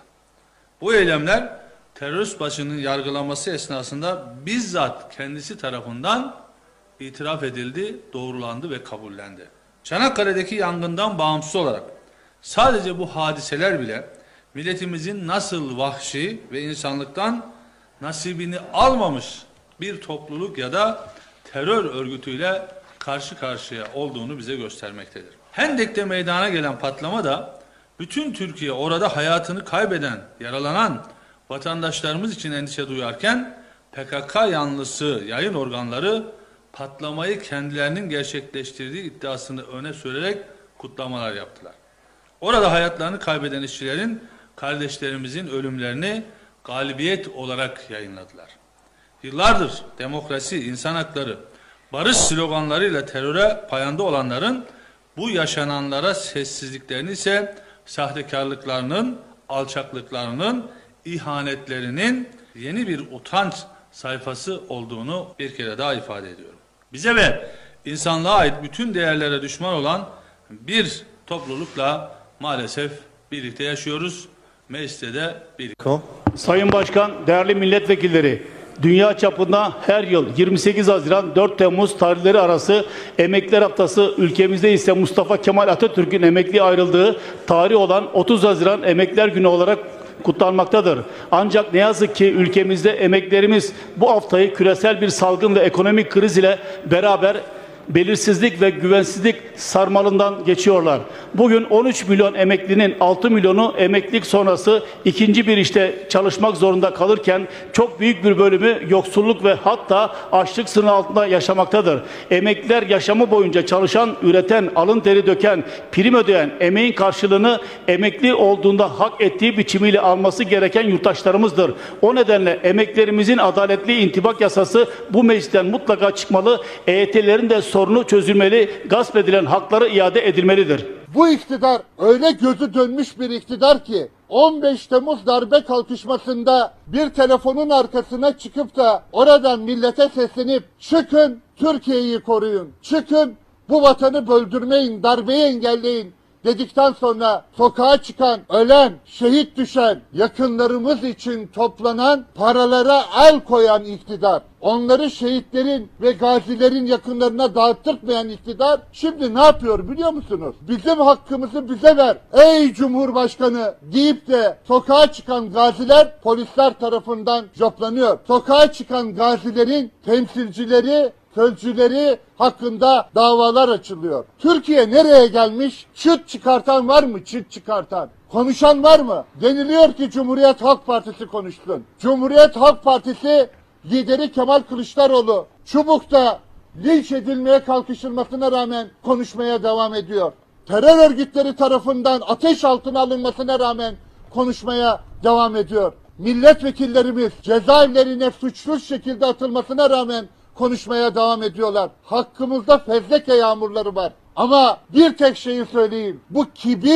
Bu eylemler terörist başının yargılanması esnasında bizzat kendisi tarafından itiraf edildi, doğrulandı ve kabullendi. Çanakkale'deki yangından bağımsız olarak sadece bu hadiseler bile milletimizin nasıl vahşi ve insanlıktan nasibini almamış bir topluluk ya da terör örgütüyle karşı karşıya olduğunu bize göstermektedir. Hendek'te meydana gelen patlama da bütün Türkiye orada hayatını kaybeden, yaralanan vatandaşlarımız için endişe duyarken PKK yanlısı yayın organları patlamayı kendilerinin gerçekleştirdiği iddiasını öne sürerek kutlamalar yaptılar. Orada hayatlarını kaybeden işçilerin, kardeşlerimizin ölümlerini galibiyet olarak yayınladılar. Yıllardır demokrasi, insan hakları, barış sloganlarıyla teröre payanda olanların bu yaşananlara sessizliklerini ise sahtekarlıklarının, alçaklıklarının, ihanetlerinin yeni bir utanç sayfası olduğunu bir kere daha ifade ediyorum. Bize ve insanlığa ait bütün değerlere düşman olan bir toplulukla maalesef birlikte yaşıyoruz. Mecliste de birlikte.
Sayın Başkan, değerli milletvekilleri, dünya çapında her yıl 28 Haziran 4 Temmuz tarihleri arası Emekliler Haftası, ülkemizde ise Mustafa Kemal Atatürk'ün emekliye ayrıldığı tarih olan 30 Haziran Emekliler Günü olarak kutlanmaktadır. Ancak ne yazık ki ülkemizde emeklilerimiz bu haftayı küresel bir salgın ve ekonomik kriz ile beraber belirsizlik ve güvensizlik sarmalından geçiyorlar. Bugün 13 milyon emeklinin 6 milyonu emeklilik sonrası ikinci bir işte çalışmak zorunda kalırken çok büyük bir bölümü yoksulluk ve hatta açlık sınırı altında yaşamaktadır. Emekliler yaşamı boyunca çalışan, üreten, alın teri döken, prim ödeyen, emeğin karşılığını emekli olduğunda hak ettiği biçimiyle alması gereken yurttaşlarımızdır. O nedenle emeklilerimizin adaletli intibak yasası bu meclisten mutlaka çıkmalı. EYT'lerin de sorunu çözülmeli, gasp edilen hakları iade edilmelidir.
Bu iktidar öyle gözü dönmüş bir iktidar ki 15 Temmuz darbe kalkışmasında bir telefonun arkasına çıkıp da oradan millete seslenip çıkın Türkiye'yi koruyun, çıkın bu vatanı böldürmeyin, darbeyi engelleyin dedikten sonra sokağa çıkan, ölen, şehit düşen, yakınlarımız için toplanan paralara el koyan iktidar, onları şehitlerin ve gazilerin yakınlarına dağıttırmayan iktidar şimdi ne yapıyor biliyor musunuz? Bizim hakkımızı bize ver ey Cumhurbaşkanı deyip de sokağa çıkan gaziler polisler tarafından joplanıyor. Sokağa çıkan gazilerin temsilcileri, sözcüleri hakkında davalar açılıyor. Türkiye nereye gelmiş? Çıt çıkartan var mı? Çıt çıkartan. Konuşan var mı? Deniliyor ki Cumhuriyet Halk Partisi konuşsun. Cumhuriyet Halk Partisi lideri Kemal Kılıçdaroğlu Çubuk'ta linç edilmeye kalkışılmasına rağmen konuşmaya devam ediyor. Terör örgütleri tarafından ateş altına alınmasına rağmen konuşmaya devam ediyor. Milletvekillerimiz cezaevlerine suçsuz şekilde atılmasına rağmen konuşmaya devam ediyorlar. Hakkımızda fezleke yağmurları var. Ama bir tek şeyi söyleyeyim. Bu kibir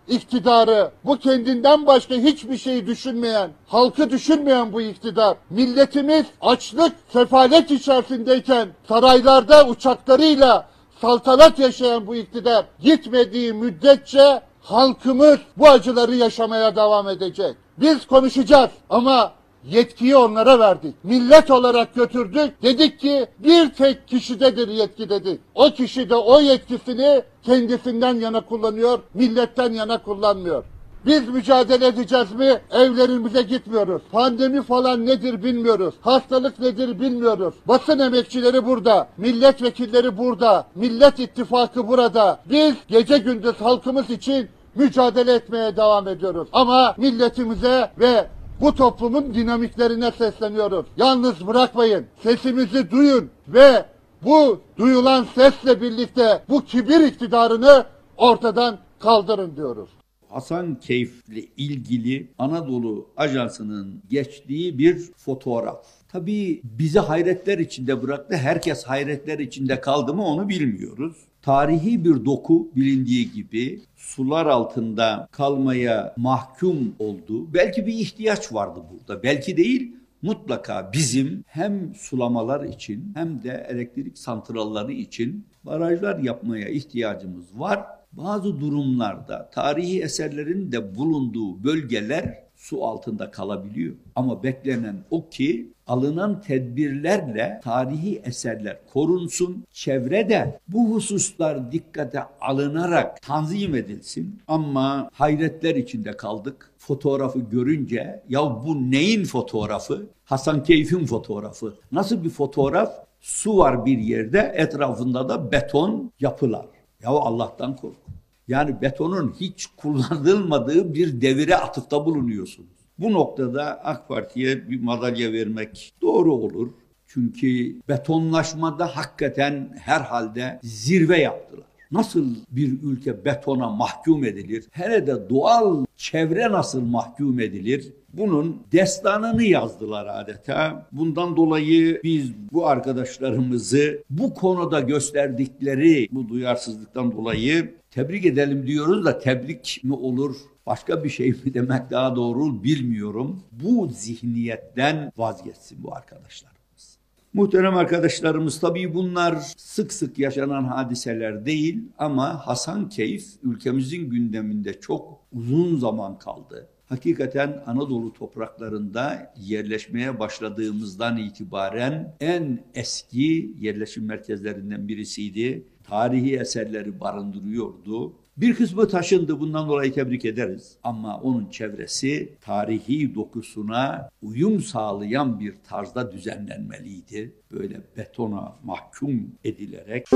iktidarı, bu kendinden başka hiçbir şeyi düşünmeyen, halkı düşünmeyen bu iktidar, milletimiz açlık, sefalet içerisindeyken saraylarda uçaklarıyla saltanat yaşayan bu iktidar gitmediği müddetçe halkımız bu acıları yaşamaya devam edecek. Biz konuşacağız ama yetkiyi onlara verdik. Millet olarak götürdük. Dedik ki bir tek kişidedir yetki dedik. O kişi de o yetkisini kendisinden yana kullanıyor, milletten yana kullanmıyor. Biz mücadele edeceğiz mi? Evlerimize gitmiyoruz. Pandemi falan nedir bilmiyoruz. Hastalık nedir bilmiyoruz. Basın emekçileri burada. Milletvekilleri burada. Millet İttifakı burada. Biz gece gündüz halkımız için mücadele etmeye devam ediyoruz. Ama milletimize ve bu toplumun dinamiklerine sesleniyoruz. Yalnız bırakmayın. Sesimizi duyun ve bu duyulan sesle birlikte bu kibir iktidarını ortadan kaldırın diyoruz.
Hasankeyf'le ilgili Anadolu Ajansı'nın geçtiği bir fotoğraf. Tabii bizi hayretler içinde bıraktı. Herkes hayretler içinde kaldı mı onu bilmiyoruz. Tarihi bir doku bilindiği gibi sular altında kalmaya mahkum oldu. Belki bir ihtiyaç vardı burada. Belki değil, mutlaka bizim hem sulamalar için hem de elektrik santralleri için barajlar yapmaya ihtiyacımız var. Bazı durumlarda tarihi eserlerin de bulunduğu bölgeler su altında kalabiliyor. Ama beklenen o ki alınan tedbirlerle tarihi eserler korunsun, çevrede bu hususlar dikkate alınarak tanzim edilsin. Ama hayretler içinde kaldık. Fotoğrafı görünce ya bu neyin fotoğrafı? Hasankeyf'in fotoğrafı. Nasıl bir fotoğraf? Su var bir yerde, etrafında da beton yapılar. Ya Allah'tan korkun. Yani betonun hiç kullanılmadığı bir devire atıfta bulunuyorsunuz. Bu noktada AK Parti'ye bir madalya vermek doğru olur. Çünkü betonlaşmada hakikaten herhalde zirve yaptılar. Nasıl bir ülke betona mahkum edilir? Hele de doğal çevre nasıl mahkum edilir? Bunun destanını yazdılar adeta. Bundan dolayı biz bu arkadaşlarımızı bu konuda gösterdikleri bu duyarsızlıktan dolayı tebrik edelim diyoruz da tebrik mi olur? Başka bir şey mi demek daha doğru bilmiyorum. Bu zihniyetten vazgeçsin bu arkadaşlar. Muhterem arkadaşlarımız, tabii bunlar sık sık yaşanan hadiseler değil ama Hasankeyf ülkemizin gündeminde çok uzun zaman kaldı. Hakikaten Anadolu topraklarında yerleşmeye başladığımızdan itibaren en eski yerleşim merkezlerinden birisiydi. Tarihi eserleri barındırıyordu. Bir kısmı taşındı, bundan dolayı tebrik ederiz. Ama onun çevresi tarihi dokusuna uyum sağlayan bir tarzda düzenlenmeliydi. Böyle betona mahkum edilerek.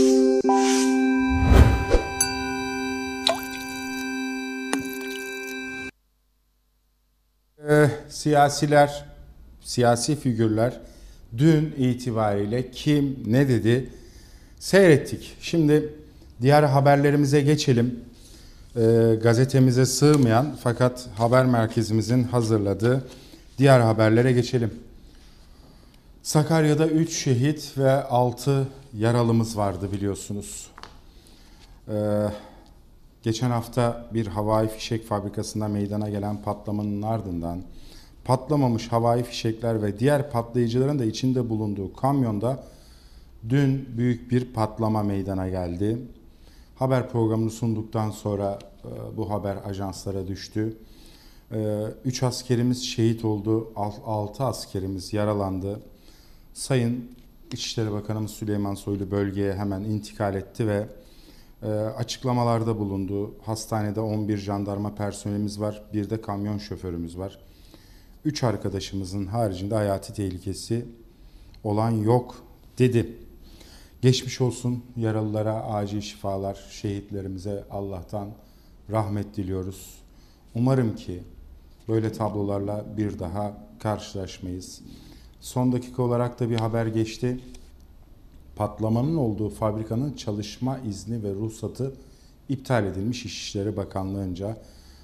Siyasiler, siyasi figürler dün itibariyle kim ne dedi seyrettik. Şimdi diğer haberlerimize geçelim. Gazetemize sığmayan fakat haber merkezimizin hazırladığı diğer haberlere geçelim. Sakarya'da 3 şehit ve 6 yaralımız vardı biliyorsunuz. Geçen hafta bir havai fişek fabrikasında meydana gelen patlamanın ardından patlamamış havai fişekler ve diğer patlayıcıların da içinde bulunduğu kamyonda dün büyük bir patlama meydana geldi. Haber programını sunduktan sonra bu haber ajanslara düştü. 3 askerimiz şehit oldu, 6 askerimiz yaralandı. Sayın İçişleri Bakanımız Süleyman Soylu bölgeye hemen intikal etti ve açıklamalarda bulundu. Hastanede 11 jandarma personelimiz var, bir de kamyon şoförümüz var. 3 arkadaşımızın haricinde hayati tehlikesi olan yok dedi. Geçmiş olsun yaralılara, acil şifalar, şehitlerimize Allah'tan rahmet diliyoruz. Umarım ki böyle tablolarla bir daha karşılaşmayız. Son dakika olarak da bir haber geçti. Patlamanın olduğu fabrikanın çalışma izni ve ruhsatı iptal edilmiş İçişleri Bakanlığı'nca.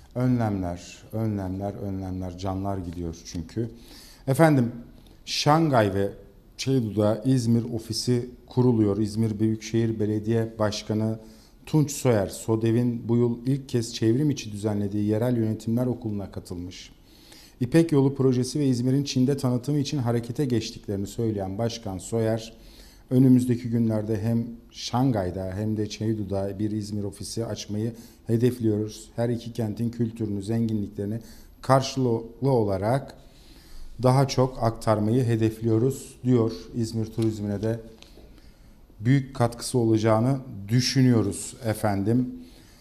Önlemler, canlar gidiyor çünkü. Efendim, Şangay ve Çeydu'da İzmir ofisi kuruluyor. İzmir Büyükşehir Belediye Başkanı Tunç Soyer, SODEV'in bu yıl ilk kez çevrim içi düzenlediği Yerel Yönetimler Okulu'na katılmış. İpek Yolu projesi ve İzmir'in Çin'de tanıtımı için harekete geçtiklerini söyleyen Başkan Soyer, önümüzdeki günlerde hem Şangay'da hem de Chengdu'da bir İzmir ofisi açmayı hedefliyoruz. Her iki kentin kültürünü, zenginliklerini karşılıklı olarak daha çok aktarmayı hedefliyoruz diyor. İzmir turizmine de büyük katkısı olacağını düşünüyoruz efendim.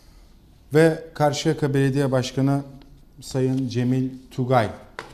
Ve Karşıyaka Belediye Başkanı Sayın Cemil Tugay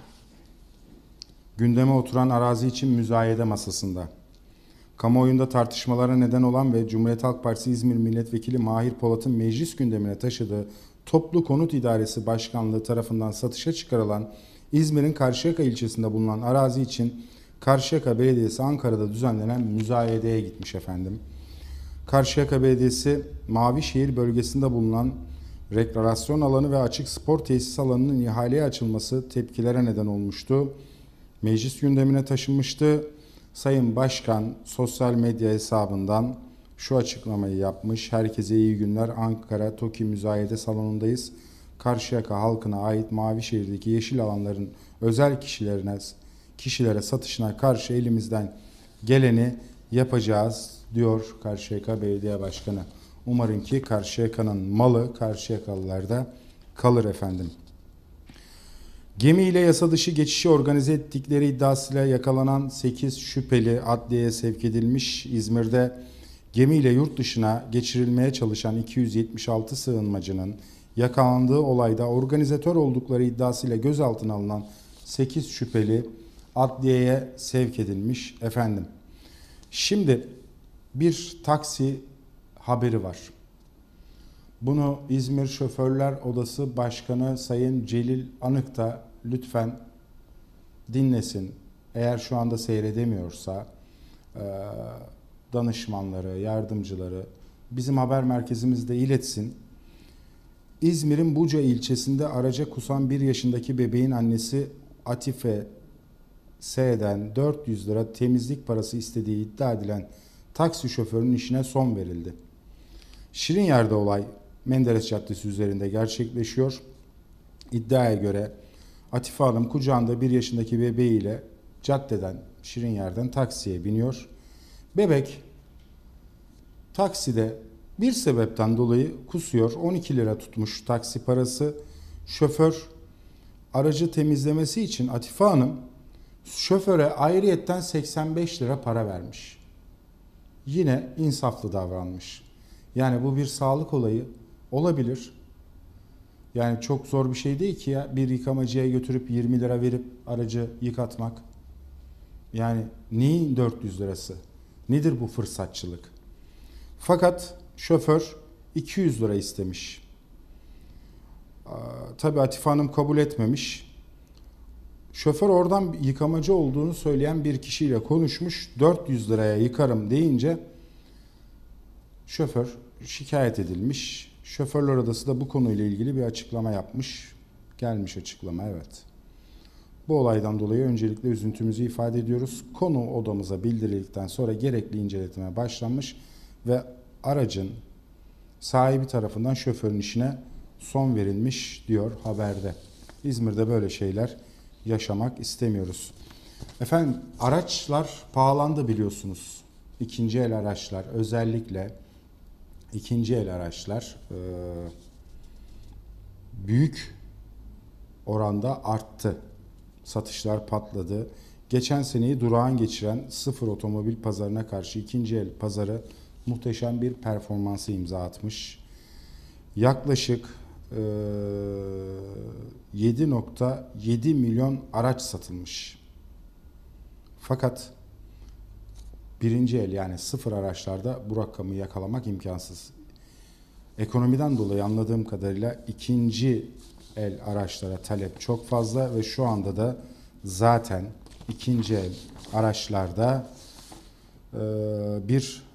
gündeme oturan arazi için müzayede masasında. Kamuoyunda tartışmalara neden olan ve Cumhuriyet Halk Partisi İzmir Milletvekili Mahir Polat'ın meclis gündemine taşıdığı Toplu Konut İdaresi Başkanlığı tarafından satışa çıkarılan İzmir'in Karşıyaka ilçesinde bulunan arazi için Karşıyaka Belediyesi Ankara'da düzenlenen müzayedeye gitmiş efendim. Karşıyaka Belediyesi Mavişehir bölgesinde bulunan rekreasyon alanı ve açık spor tesis alanının ihaleye açılması tepkilere neden olmuştu. Meclis gündemine taşınmıştı. Sayın Başkan sosyal medya hesabından şu açıklamayı yapmış. Herkese iyi günler. Ankara TOKİ Müzayede Salonu'ndayız. Karşıyaka halkına ait Mavişehir'deki yeşil alanların özel kişilere satışına karşı elimizden geleni yapacağız diyor Karşıyaka Belediye Başkanı. Umarım ki Karşıyaka'nın malı Karşıyakalılarda kalır efendim. Gemiyle yasa dışı geçişi organize ettikleri iddiasıyla yakalanan 8 şüpheli adliyeye sevk edilmiş. İzmir'de gemiyle yurt dışına geçirilmeye çalışan 276 sığınmacının yakalandığı olayda organizatör oldukları iddiasıyla gözaltına alınan 8 şüpheli adliyeye sevk edilmiş efendim. Şimdi bir taksi haberi var. Bunu İzmir Şoförler Odası Başkanı Sayın Celil Anık da lütfen dinlesin. Eğer şu anda seyredemiyorsa danışmanları, yardımcıları bizim haber merkezimizde iletsin. İzmir'in Buca ilçesinde araca kusan 1 yaşındaki bebeğin annesi Atife S'den 400 lira temizlik parası istediği iddia edilen taksi şoförünün işine son verildi. Şirinyer'de olay Menderes Caddesi üzerinde gerçekleşiyor. İddiaya göre Atife Hanım kucağında 1 yaşındaki bebeğiyle caddeden, Şirinyer'den taksiye biniyor. Bebek takside bir sebepten dolayı kusuyor. 12 lira tutmuş taksi parası. Şoför aracı temizlemesi için Atife Hanım şoföre ayrıyetten 85 lira para vermiş. Yine insaflı davranmış. Yani bu bir sağlık olayı olabilir. Yani çok zor bir şey değil ki ya. Bir yıkamacıya götürüp 20 lira verip aracı yıkatmak. Yani neyin 400 lirası? Nedir bu fırsatçılık? Fakat şoför 200 lira istemiş. Tabii Atife Hanım kabul etmemiş. Şoför oradan yıkamacı olduğunu söyleyen bir kişiyle konuşmuş. 400 liraya yıkarım deyince şoför şikayet edilmiş. Şoförler Odası da bu konuyla ilgili bir açıklama yapmış. Gelmiş açıklama, evet. Bu olaydan dolayı öncelikle üzüntümüzü ifade ediyoruz. Konu odamıza bildirildikten sonra gerekli inceletme başlanmış ve aracın sahibi tarafından şoförün işine son verilmiş diyor haberde. İzmir'de böyle şeyler yaşamak istemiyoruz. Efendim araçlar pahalandı biliyorsunuz. İkinci el araçlar, özellikle ikinci el araçlar büyük oranda arttı. Satışlar patladı. Geçen seneyi durağan geçiren sıfır otomobil pazarına karşı ikinci el pazarı muhteşem bir performansı imza atmış. Yaklaşık 7.7 milyon araç satılmış. Fakat birinci el yani sıfır araçlarda bu rakamı yakalamak imkansız. Ekonomiden dolayı anladığım kadarıyla ikinci el araçlara talep çok fazla ve şu anda da zaten ikinci el araçlarda bir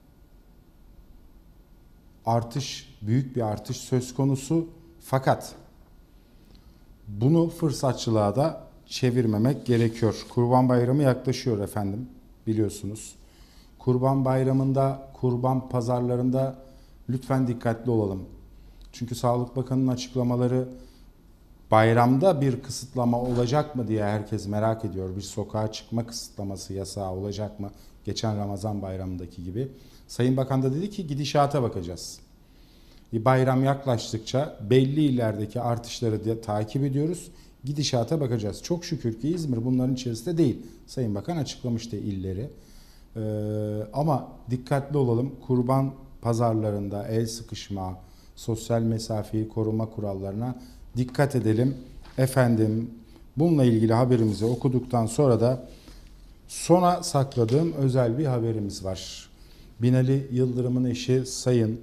artış, büyük bir artış söz konusu. Fakat bunu fırsatçılığa da çevirmemek gerekiyor. Kurban Bayramı yaklaşıyor efendim, biliyorsunuz. Kurban Bayramı'nda, kurban pazarlarında Lütfen dikkatli olalım. Çünkü Sağlık Bakanı'nın açıklamaları bayramda bir kısıtlama olacak mı diye herkes merak ediyor. Bir sokağa çıkma kısıtlaması yasağı olacak mı? Geçen Ramazan bayramındaki gibi. Sayın Bakan da dedi ki gidişata bakacağız. Bayram yaklaştıkça belli illerdeki artışları takip ediyoruz. Gidişata bakacağız. Çok şükür ki İzmir bunların içerisinde değil. Sayın Bakan açıklamıştı illeri. Ama dikkatli olalım. Kurban pazarlarında el sıkışma, sosyal mesafeyi koruma kurallarına dikkat edelim. Efendim, bununla ilgili haberimizi okuduktan sonra da sona sakladığım özel bir haberimiz var. Binali Yıldırım'ın eşi Sayın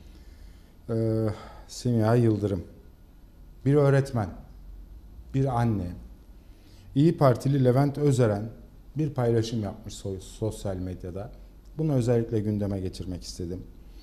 Semiha Yıldırım, bir öğretmen, bir anne, İyi Partili Levent Özeren bir paylaşım yapmış sosyal medyada. Bunu özellikle gündeme getirmek istedim.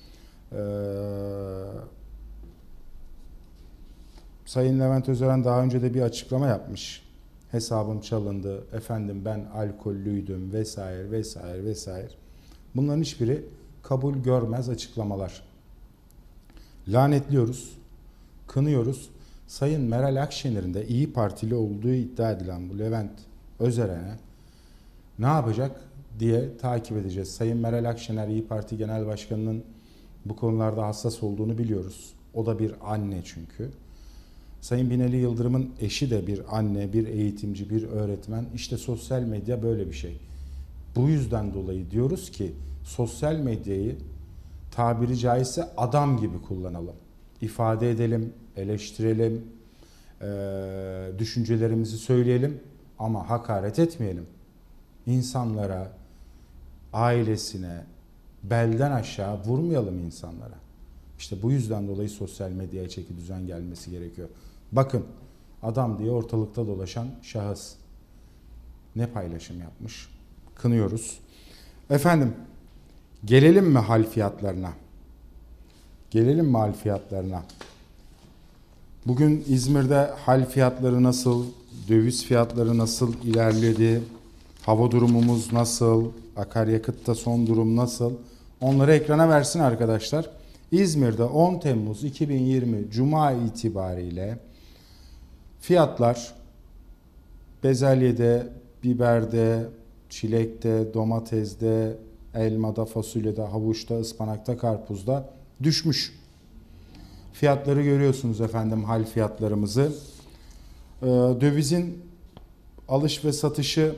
Sayın Levent Özeren daha önce de bir açıklama yapmış. Hesabım çalındı, efendim ben alkollüydüm vesaire vesaire vesaire. Bunların hiçbiri kabul görmez açıklamalar. Lanetliyoruz, kınıyoruz. Sayın Meral Akşener'in de İyi Partili olduğu iddia edilen bu Levent Özeren'e ne yapacak diye takip edeceğiz. Sayın Meral Akşener İyi Parti Genel Başkanı'nın bu konularda hassas olduğunu biliyoruz. O da bir anne çünkü. Sayın Binali Yıldırım'ın eşi de bir anne, bir eğitimci, bir öğretmen. İşte sosyal medya böyle bir şey. Bu yüzden dolayı diyoruz ki sosyal medyayı tabiri caizse adam gibi kullanalım. İfade edelim, eleştirelim, düşüncelerimizi söyleyelim ama hakaret etmeyelim. İnsanlara, ailesine, belden aşağı vurmayalım insanlara. İşte bu yüzden dolayı sosyal medyaya çeki düzen gelmesi gerekiyor. Bakın, adam diye ortalıkta dolaşan şahıs ne paylaşım yapmış? Kınıyoruz. Efendim, gelelim mi hal fiyatlarına? Gelelim mi hal fiyatlarına? Bugün İzmir'de hal fiyatları nasıl, döviz fiyatları nasıl ilerledi, hava durumumuz nasıl, akaryakıtta son durum nasıl? Onları ekrana versin arkadaşlar. İzmir'de 10 Temmuz 2020 Cuma itibariyle fiyatlar bezelyede, biberde, çilekte, domatesde, elmada, fasulyede, havuçta, ıspanakta, karpuzda düşmüş. Fiyatları görüyorsunuz efendim, hal fiyatlarımızı. Dövizin alış ve satışı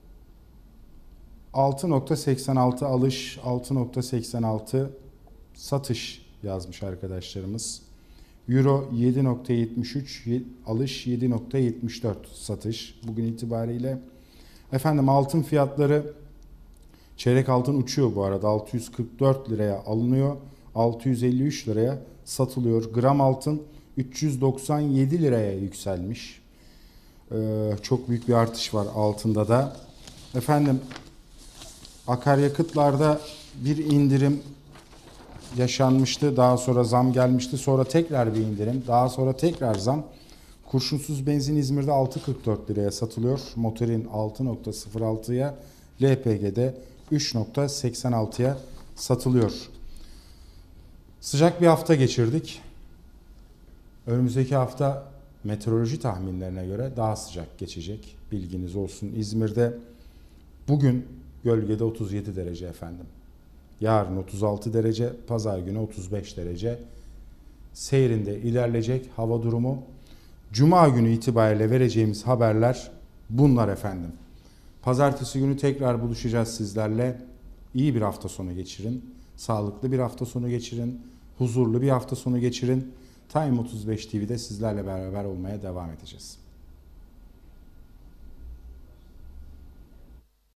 6.86 alış, 6.86 satış yazmış arkadaşlarımız. Euro 7.73 alış, 7.74 satış bugün itibariyle. Efendim altın fiyatları, çeyrek altın uçuyor bu arada. 644 liraya alınıyor, 653 liraya satılıyor. Gram altın 397 liraya yükselmiş. Çok büyük bir artış var altında da. Efendim akaryakıtlarda bir indirim yaşanmıştı. Daha sonra zam gelmişti. Sonra tekrar bir indirim. Daha sonra tekrar zam. Kurşunsuz benzin İzmir'de 6.44 liraya satılıyor. Motorin 6.06'ya, LPG'de 3.86'ya satılıyor. Sıcak bir hafta geçirdik. Önümüzdeki hafta meteoroloji tahminlerine göre daha sıcak geçecek. Bilginiz olsun. İzmir'de bugün gölgede 37 derece efendim. Yarın 36 derece, pazar günü 35 derece. Seyrinde ilerleyecek hava durumu. Cuma günü itibariyle vereceğimiz haberler bunlar efendim. Pazartesi günü tekrar buluşacağız sizlerle. İyi bir hafta sonu geçirin. Sağlıklı bir hafta sonu geçirin. Huzurlu bir hafta sonu geçirin. Time 35 TV'de sizlerle beraber olmaya devam edeceğiz.